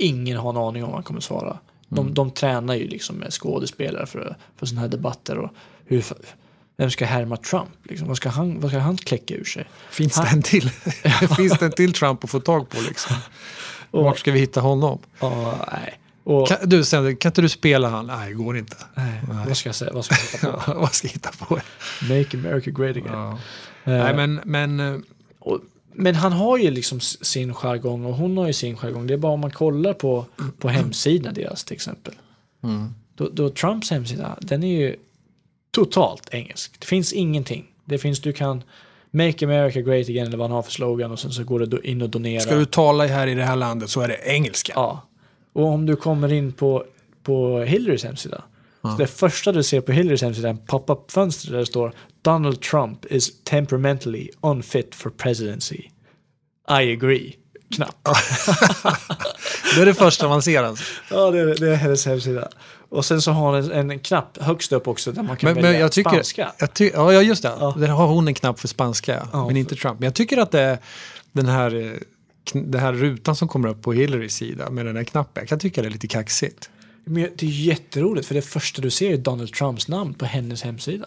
ingen har en aning om vad han kommer svara. De, mm. de tränar ju liksom med skådespelare för, för sådana här debatter och hur, vem ska härma Trump? Liksom? Vad, ska han, vad ska han kläcka ur sig? Finns han, det en till? Finns det en till Trump att få tag på liksom? Och, vart ska vi hitta honom? Ja, nej. Och, kan, du, sen, kan inte du spela han? Nej, det går inte. Nej, nej. Vad ska jag säga? Vad ska jag hitta på? Vad ska jag hitta på? Make America great again. Ja. Uh, nej, men... men och, Men han har ju liksom sin jargong och hon har ju sin jargong. Det är bara om man kollar på, på hemsidan deras till exempel. Mm. Då, då Trumps hemsida, den är ju totalt engelsk. Det finns ingenting. Det finns, du kan Make America Great Again eller vad han har för slogan och sen så går det in och donera. Ska du tala här i det här landet så är det engelska. Ja. Och om du kommer in på, på Hillarys hemsida. Ja. Så det första du ser på Hillarys hemsida är en pop-up fönster där det står Donald Trump is temperamentally unfit for presidency. I agree. Knapp. Det är det första man ser alltså. Ja, det är, det är hennes hemsida. Och sen så har hon en, en knapp högst upp också där man kan men, välja men jag tycker, spanska. Jag ty- ja, just det. Ja. Där har hon en knapp för spanska, ja, men inte Trump. Men jag tycker att det är den här, den här rutan som kommer upp på Hillarys sida med den här knappen. Jag kan tycka det är lite kaxigt. Men det är jätteroligt för det första du ser är Donald Trumps namn på hennes hemsida.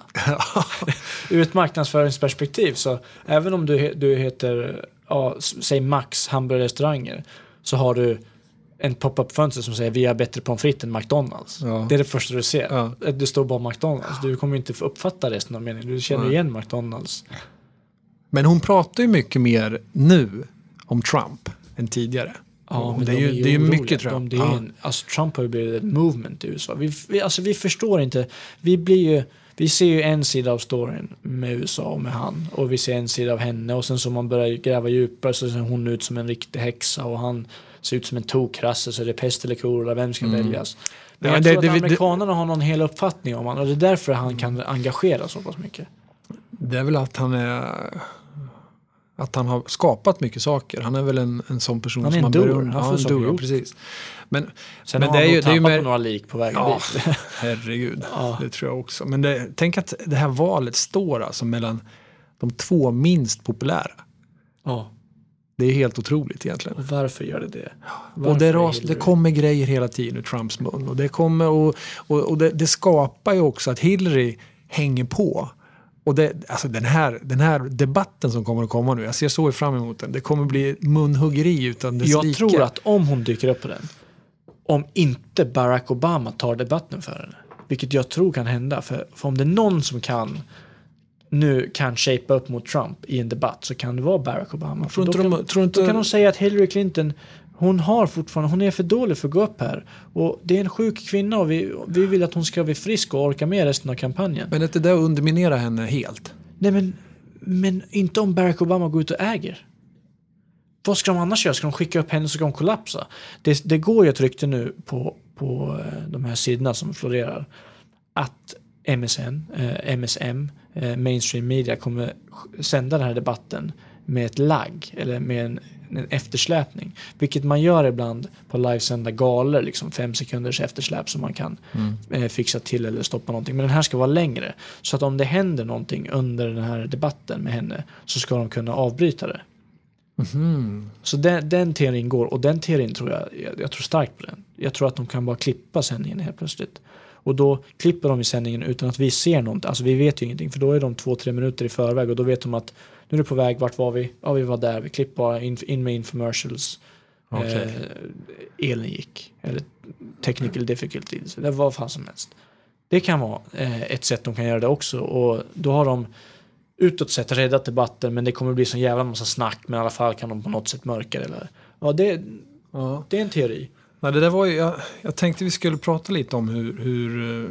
Ur ett marknadsföringsperspektiv så även om du, du heter ja, säg Max hamburgerrestauranger så har du en pop-up fönster som säger vi har bättre pommes frites än McDonalds. Ja. Det är det första du ser. Ja. Det står bara McDonalds. Du kommer inte få uppfatta resten av meningen. Du känner ja. igen McDonalds. Men hon pratar ju mycket mer nu om Trump än tidigare. Ja, men det är ju, är ju det är oroliga. mycket Trump. De, det är en, alltså, Trump har ju blivit ett movement i U S A. Vi, vi, alltså, vi förstår inte. Vi, blir ju, vi ser ju en sida av storyn med U S A och med han. Och vi ser en sida av henne. Och sen så man börjar gräva djupare så ser hon ut som en riktig häxa. Och han ser ut som en tokrasse. Så det är pest eller kolera. Vem ska mm. väljas? Men jag ja, tror det, att det, amerikanerna det, har någon hel uppfattning om han. Och det är därför han kan engagera så pass mycket. Det är väl att han är... Att han har skapat mycket saker. Han är väl en, en sån person han som är en man doer. Ja, en doer, precis. Men, sen men har det han är ju, det är ju tappat mer... på några lik på vägen ja, dit. Herregud, ja. Det tror jag också. Men det, tänk att det här valet står alltså mellan de två minst populära. Ja. Det är helt otroligt egentligen. Och varför gör det det? Varför och det, ras, det kommer grejer hela tiden ur Trumps mun. Och det, kommer och, och, och det, det skapar ju också att Hillary hänger på. Och det, alltså den, här, den här debatten som kommer att komma nu, jag ser så fram emot den. Det kommer bli munhuggeri utan dess Jag like. tror att om hon dyker upp på den, om inte Barack Obama tar debatten för henne, vilket jag tror kan hända, för, för om det är någon som kan nu kan shapea upp mot Trump i en debatt så kan det vara Barack Obama. Tror inte då, kan, de, tror inte... då kan de säga att Hillary Clinton hon har fortfarande, hon är för dålig för att gå upp här. Och det är en sjuk kvinna och vi, vi vill att hon ska bli frisk och orka med resten av kampanjen. Men är inte det att underminera henne helt? Nej, men, men inte om Barack Obama går ut och äger. Vad ska de annars göra? Ska de skicka upp henne så ska de kollapsa? Det, det går ju ett rykte nu på, på de här sidorna som florerar att M S N, eh, M S M, eh, mainstream media kommer sända den här debatten med ett lagg eller med en, en eftersläpning, vilket man gör ibland på livesända galor, liksom fem sekunders eftersläp som man kan mm. eh, fixa till eller stoppa någonting, men den här ska vara längre så att om det händer någonting under den här debatten med henne så ska de kunna avbryta det. Mm. Så den, den teorin går, och den teorin tror jag, jag jag tror starkt på den. Jag tror att de kan bara klippa sändningen helt plötsligt. Och då klipper de i sändningen utan att vi ser någonting. Alltså vi vet ju ingenting, för då är de två, tre minuter i förväg och då vet de att nu är det på väg, vart var vi? Ja, vi var där, vi klippte bara in, in med infomercials. Okay. Eh, elen gick. Eller technical difficulties. Det var fan som helst. Det kan vara eh, ett sätt de kan göra det också. Och då har de utåt sett räddat debatten, men det kommer bli så jävla massa snack, men i alla fall kan de på något sätt mörka det. Eller? Ja, det, ja, det är en teori. Nej, det där var ju, jag, jag tänkte vi skulle prata lite om hur, hur,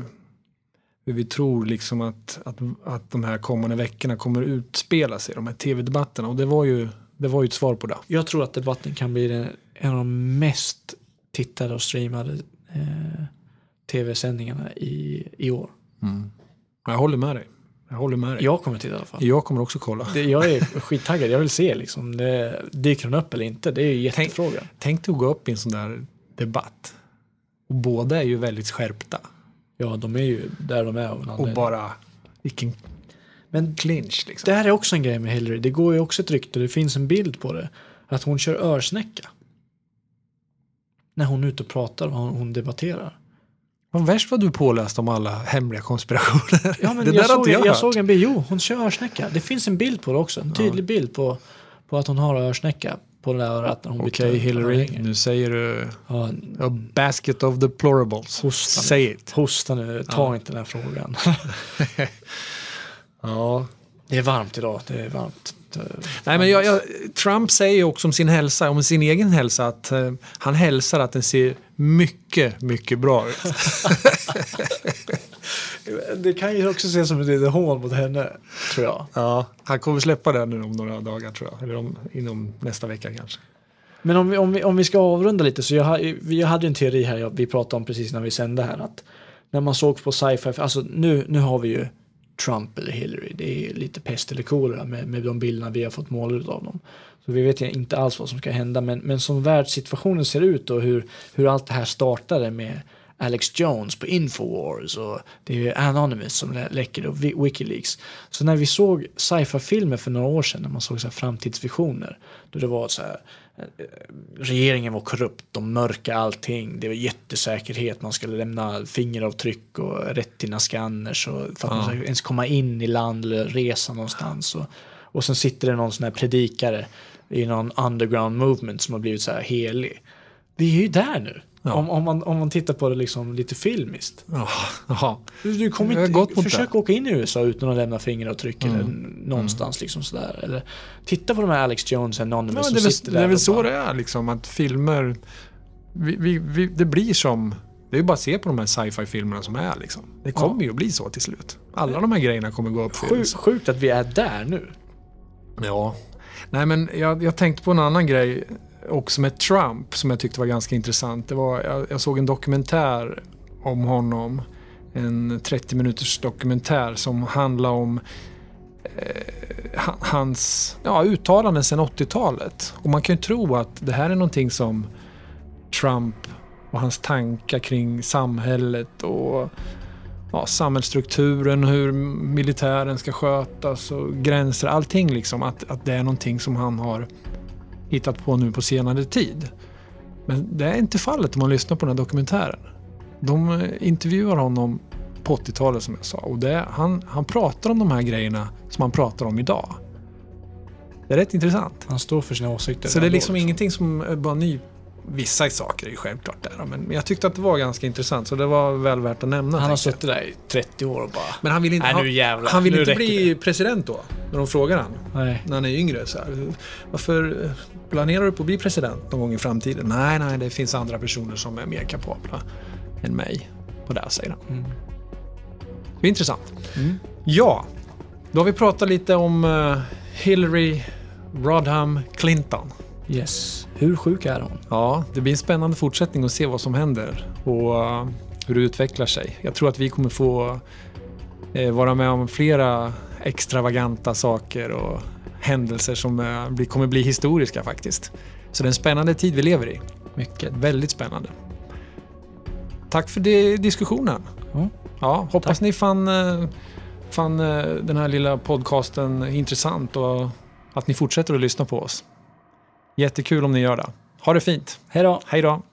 hur vi tror liksom att, att, att de här kommande veckorna kommer utspela sig, de här tv-debatterna. Och det var ju, det var ju ett svar på det. Jag tror att debatten kan bli den, en av de mest tittade och streamade eh, tv-sändningarna i, i år. Mm. Jag håller med dig. Jag håller med dig. Jag kommer titta i alla fall. Jag kommer också kolla. Det, jag är skittaggad. Jag vill se liksom, det, dyker hon upp eller inte. Det är ju jättefrågan. Tänk, tänk dig att gå upp i en sån där debatt. Och båda är ju väldigt skärpta. Ja, de är ju där de är. Och, och bara, vilken men clinch liksom. Det här är också en grej med Hillary. Det går ju också ett rykte, det finns en bild på det. Att hon kör örsnäcka. när hon är ute och pratar och hon, hon debatterar. Vad värst vad du påläst om alla hemliga konspirationer. Ja, men det jag, där såg, jag, jag, jag hört. såg en bild. Jo, hon kör örsnäcka. Det finns en bild på det också. En tydlig ja. bild på, på att hon har örsnäcka på det där örat när hon Okej, okay, Hillary, nu säger du ja, a basket of deplorables. Hosta nu. Say it. Hosta nu, ta ja. inte den här frågan. Ja. Det är varmt idag, det är varmt. Nej, men jag, jag, Trump säger också om sin hälsa, om sin egen hälsa, att uh, han hälsar att den ser mycket, mycket bra ut. Det kan ju också ses som ett litet hån mot henne, tror jag. Ja, han kommer släppa det nu om några dagar, tror jag. Eller om, inom nästa vecka kanske. Men om vi, om vi, om vi ska avrunda lite, så jag, jag hade en teori här, vi pratade om precis när vi sände här, att när man såg på sci-fi, alltså nu, nu har vi ju Trump eller Hillary, det är lite pest eller kolera med, med de bilderna vi har fått måla av dem. Så vi vet inte alls vad som ska hända, men, men som världssituationen ser ut och hur, hur allt det här startade med Alex Jones på Infowars och det är ju Anonymous som lä- läcker och Wikileaks. Så när vi såg sci-fi-filmer för några år sedan, när man såg så här framtidsvisioner, då det var så här, regeringen var korrupt, de mörka allting, det var jättesäkerhet, man skulle lämna fingeravtryck och retina-scanners och för att ja. man ska ens komma in i land eller resa någonstans och, och sen sitter det någon sån här predikare i någon underground movement som har blivit så här helig. Vi är ju där nu. Ja. Om, om, man, om man tittar på det liksom lite filmiskt. Ja. Du, du kommer inte försöka åka in i U S A utan att lämna fingeravtryck mm. eller någonstans mm. liksom sådär. Eller titta på de här Alex Jones Anonymous ja, som det är sitter väl, där. Det är väl så bara... det är liksom, att filmer vi, vi, vi, det blir som, det är ju bara att se på de här sci-fi-filmerna som är liksom. Det kommer ja. ju att bli så till slut. Alla de här grejerna kommer gå upp. Sjukt, sjukt att vi är där nu. Ja. Nej, men jag, jag tänkte på en annan grej också med Trump som jag tyckte var ganska intressant. Det var, jag, jag såg en dokumentär om honom, en trettio minuters dokumentär som handlar om eh, hans ja, uttalanden sedan åttiotalet. Och man kan ju tro att det här är någonting som Trump och hans tankar kring samhället och ja, samhällsstrukturen, hur militären ska skötas och gränser, allting liksom, att, att det är någonting som han har hittat på nu på senare tid. Men det är inte fallet om man lyssnar på den här dokumentären. De intervjuar honom på åttiotalet som jag sa. Och det, han, han pratar om de här grejerna som han pratar om idag. Det är rätt intressant. Han står för sina åsikter. Så det är liksom ingenting som är bara ny. Vissa saker är ju självklart där. Men jag tyckte att det var ganska intressant. Så det var väl värt att nämna. Han har suttit där i trettio år och bara... Men han vill inte, nej, han, nu jävlar, han vill nu inte bli det. president då. När de frågar han. Nej. När han är yngre. Så här. Varför planerar du på att bli president någon gång i framtiden? Nej, nej, det finns andra personer som är mer kapabla än mig på det, säger han. Mm. Det är intressant. Mm. Ja, då har vi pratat lite om uh, Hillary Rodham Clinton. Yes. Hur sjuk är hon? Ja, det blir en spännande fortsättning att se vad som händer och uh, hur det utvecklar sig. Jag tror att vi kommer få uh, vara med om flera extravaganta saker och händelser som uh, blir, kommer bli historiska faktiskt. Så det är en spännande tid vi lever i. Mycket. Väldigt spännande. Tack för det, diskussionen. Mm. Ja, hoppas Tack. ni fann, uh, fann uh, den här lilla podcasten intressant och att ni fortsätter att lyssna på oss. Jättekul om ni gör det. Ha det fint. Hej då. Hej då.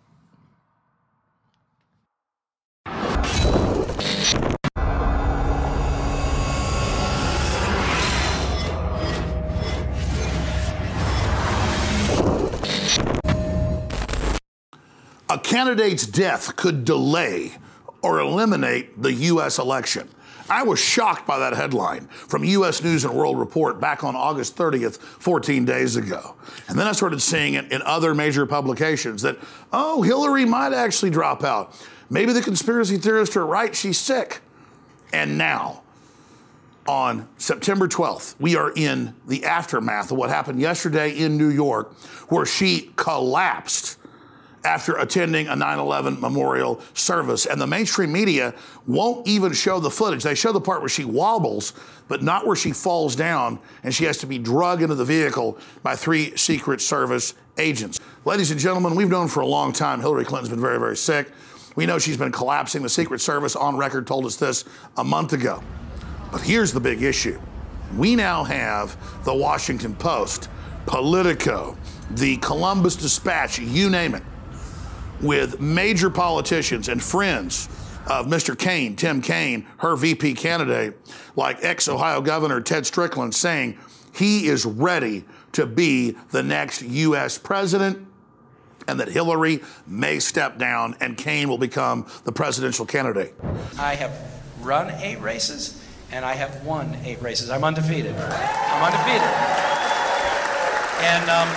A candidate's death could delay or eliminate the U S election. I was shocked by that headline from U S News and World Report back on August thirtieth, fourteen days ago. And then I started seeing it in other major publications that, oh, Hillary might actually drop out. Maybe the conspiracy theorists are right, she's sick. And now, on September twelfth, we are in the aftermath of what happened yesterday in New York, where she collapsed after attending a nine eleven memorial service. And the mainstream media won't even show the footage. They show the part where she wobbles, but not where she falls down and she has to be drugged into the vehicle by three Secret Service agents. Ladies and gentlemen, we've known for a long time Hillary Clinton's been very, very sick. We know she's been collapsing. The Secret Service on record told us this a month ago. But here's the big issue. We now have the Washington Post, Politico, the Columbus Dispatch, you name it, with major politicians and friends of Mister Kaine, Tim Kaine, her V P candidate, like ex-Ohio Governor Ted Strickland, saying he is ready to be the next U S president, and that Hillary may step down and Kaine will become the presidential candidate. I have run eight races, and I have won eight races. I'm undefeated. I'm undefeated. And um,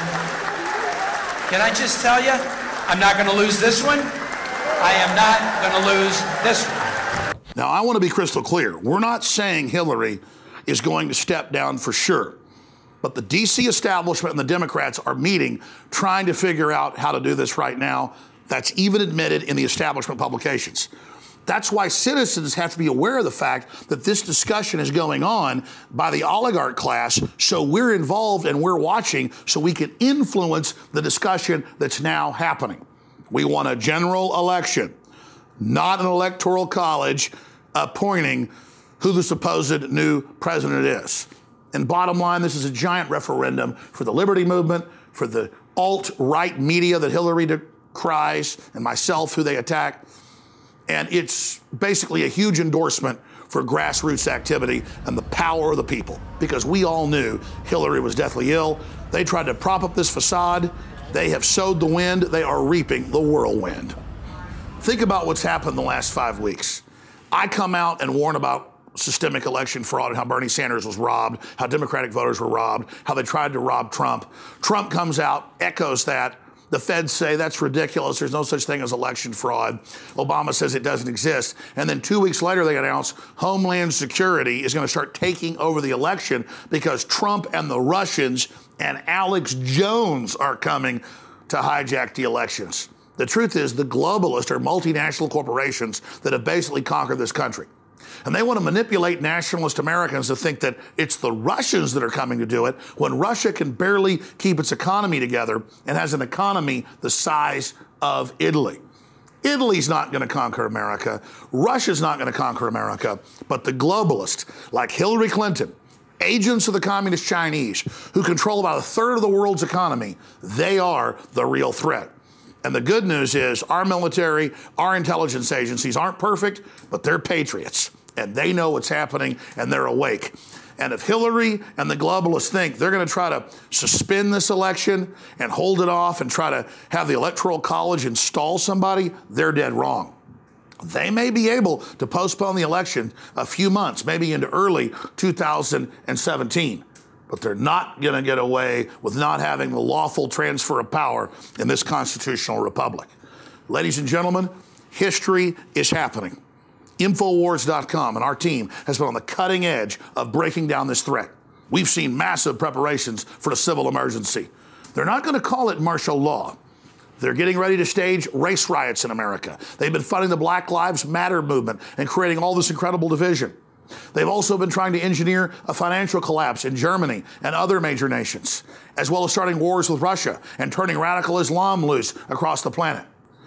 can I just tell you, I'm not going to lose this one. I am not going to lose this one. Now, I want to be crystal clear. We're not saying Hillary is going to step down for sure. But the D C establishment and the Democrats are meeting, trying to figure out how to do this right now. That's even admitted in the establishment publications. That's why citizens have to be aware of the fact that this discussion is going on by the oligarch class, so we're involved and we're watching so we can influence the discussion that's now happening. We want a general election, not an electoral college appointing who the supposed new president is. And bottom line, this is a giant referendum for the liberty movement, for the alt-right media that Hillary decries, and myself, who they attack. And it's basically a huge endorsement for grassroots activity and the power of the people, because we all knew Hillary was deathly ill. They tried to prop up this facade. They have sowed the wind. They are reaping the whirlwind. Think about what's happened the last five weeks. I come out and warn about systemic election fraud and how Bernie Sanders was robbed, how Democratic voters were robbed, how they tried to rob Trump. Trump comes out, echoes that. The feds say that's ridiculous. There's no such thing as election fraud. Obama says it doesn't exist. And then two weeks later, they announce Homeland Security is going to start taking over the election because Trump and the Russians and Alex Jones are coming to hijack the elections. The truth is, the globalists are multinational corporations that have basically conquered this country. And they want to manipulate nationalist Americans to think that it's the Russians that are coming to do it, when Russia can barely keep its economy together and has an economy the size of Italy. Italy's not going to conquer America. Russia's not going to conquer America. But the globalists, like Hillary Clinton, agents of the Communist Chinese, who control about a third of the world's economy, they are the real threat. And the good news is our military, our intelligence agencies aren't perfect, but they're patriots. And they know what's happening, and they're awake. And if Hillary and the globalists think they're going to try to suspend this election and hold it off and try to have the Electoral College install somebody, they're dead wrong. They may be able to postpone the election a few months, maybe into early two thousand seventeen. But they're not going to get away with not having the lawful transfer of power in this constitutional republic. Ladies and gentlemen, history is happening. Infowars dot com and our team has been on the cutting edge of breaking down this threat. We've seen massive preparations for the civil emergency. They're not going to call it martial law. They're getting ready to stage race riots in America. They've been funding the Black Lives Matter movement and creating all this incredible division. They've also been trying to engineer a financial collapse in Germany and other major nations, as well as starting wars with Russia and turning radical Islam loose across the planet.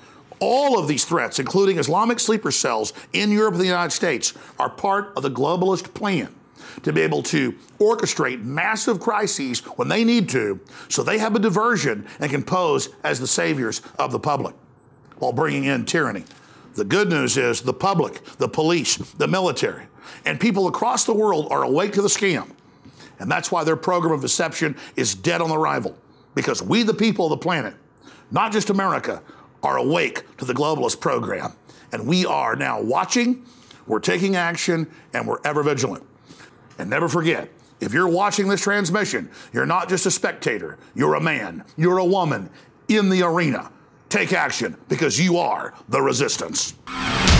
All of these threats, including Islamic sleeper cells in Europe and the United States, are part of the globalist plan to be able to orchestrate massive crises when they need to, so they have a diversion and can pose as the saviors of the public while bringing in tyranny. The good news is the public, the police, the military, and people across the world are awake to the scam. And that's why their program of deception is dead on arrival, because we, the people of the planet, not just America, are awake to the globalist program. And we are now watching, we're taking action, and we're ever vigilant. And never forget, if you're watching this transmission, you're not just a spectator, you're a man, you're a woman in the arena. Take action, because you are the resistance.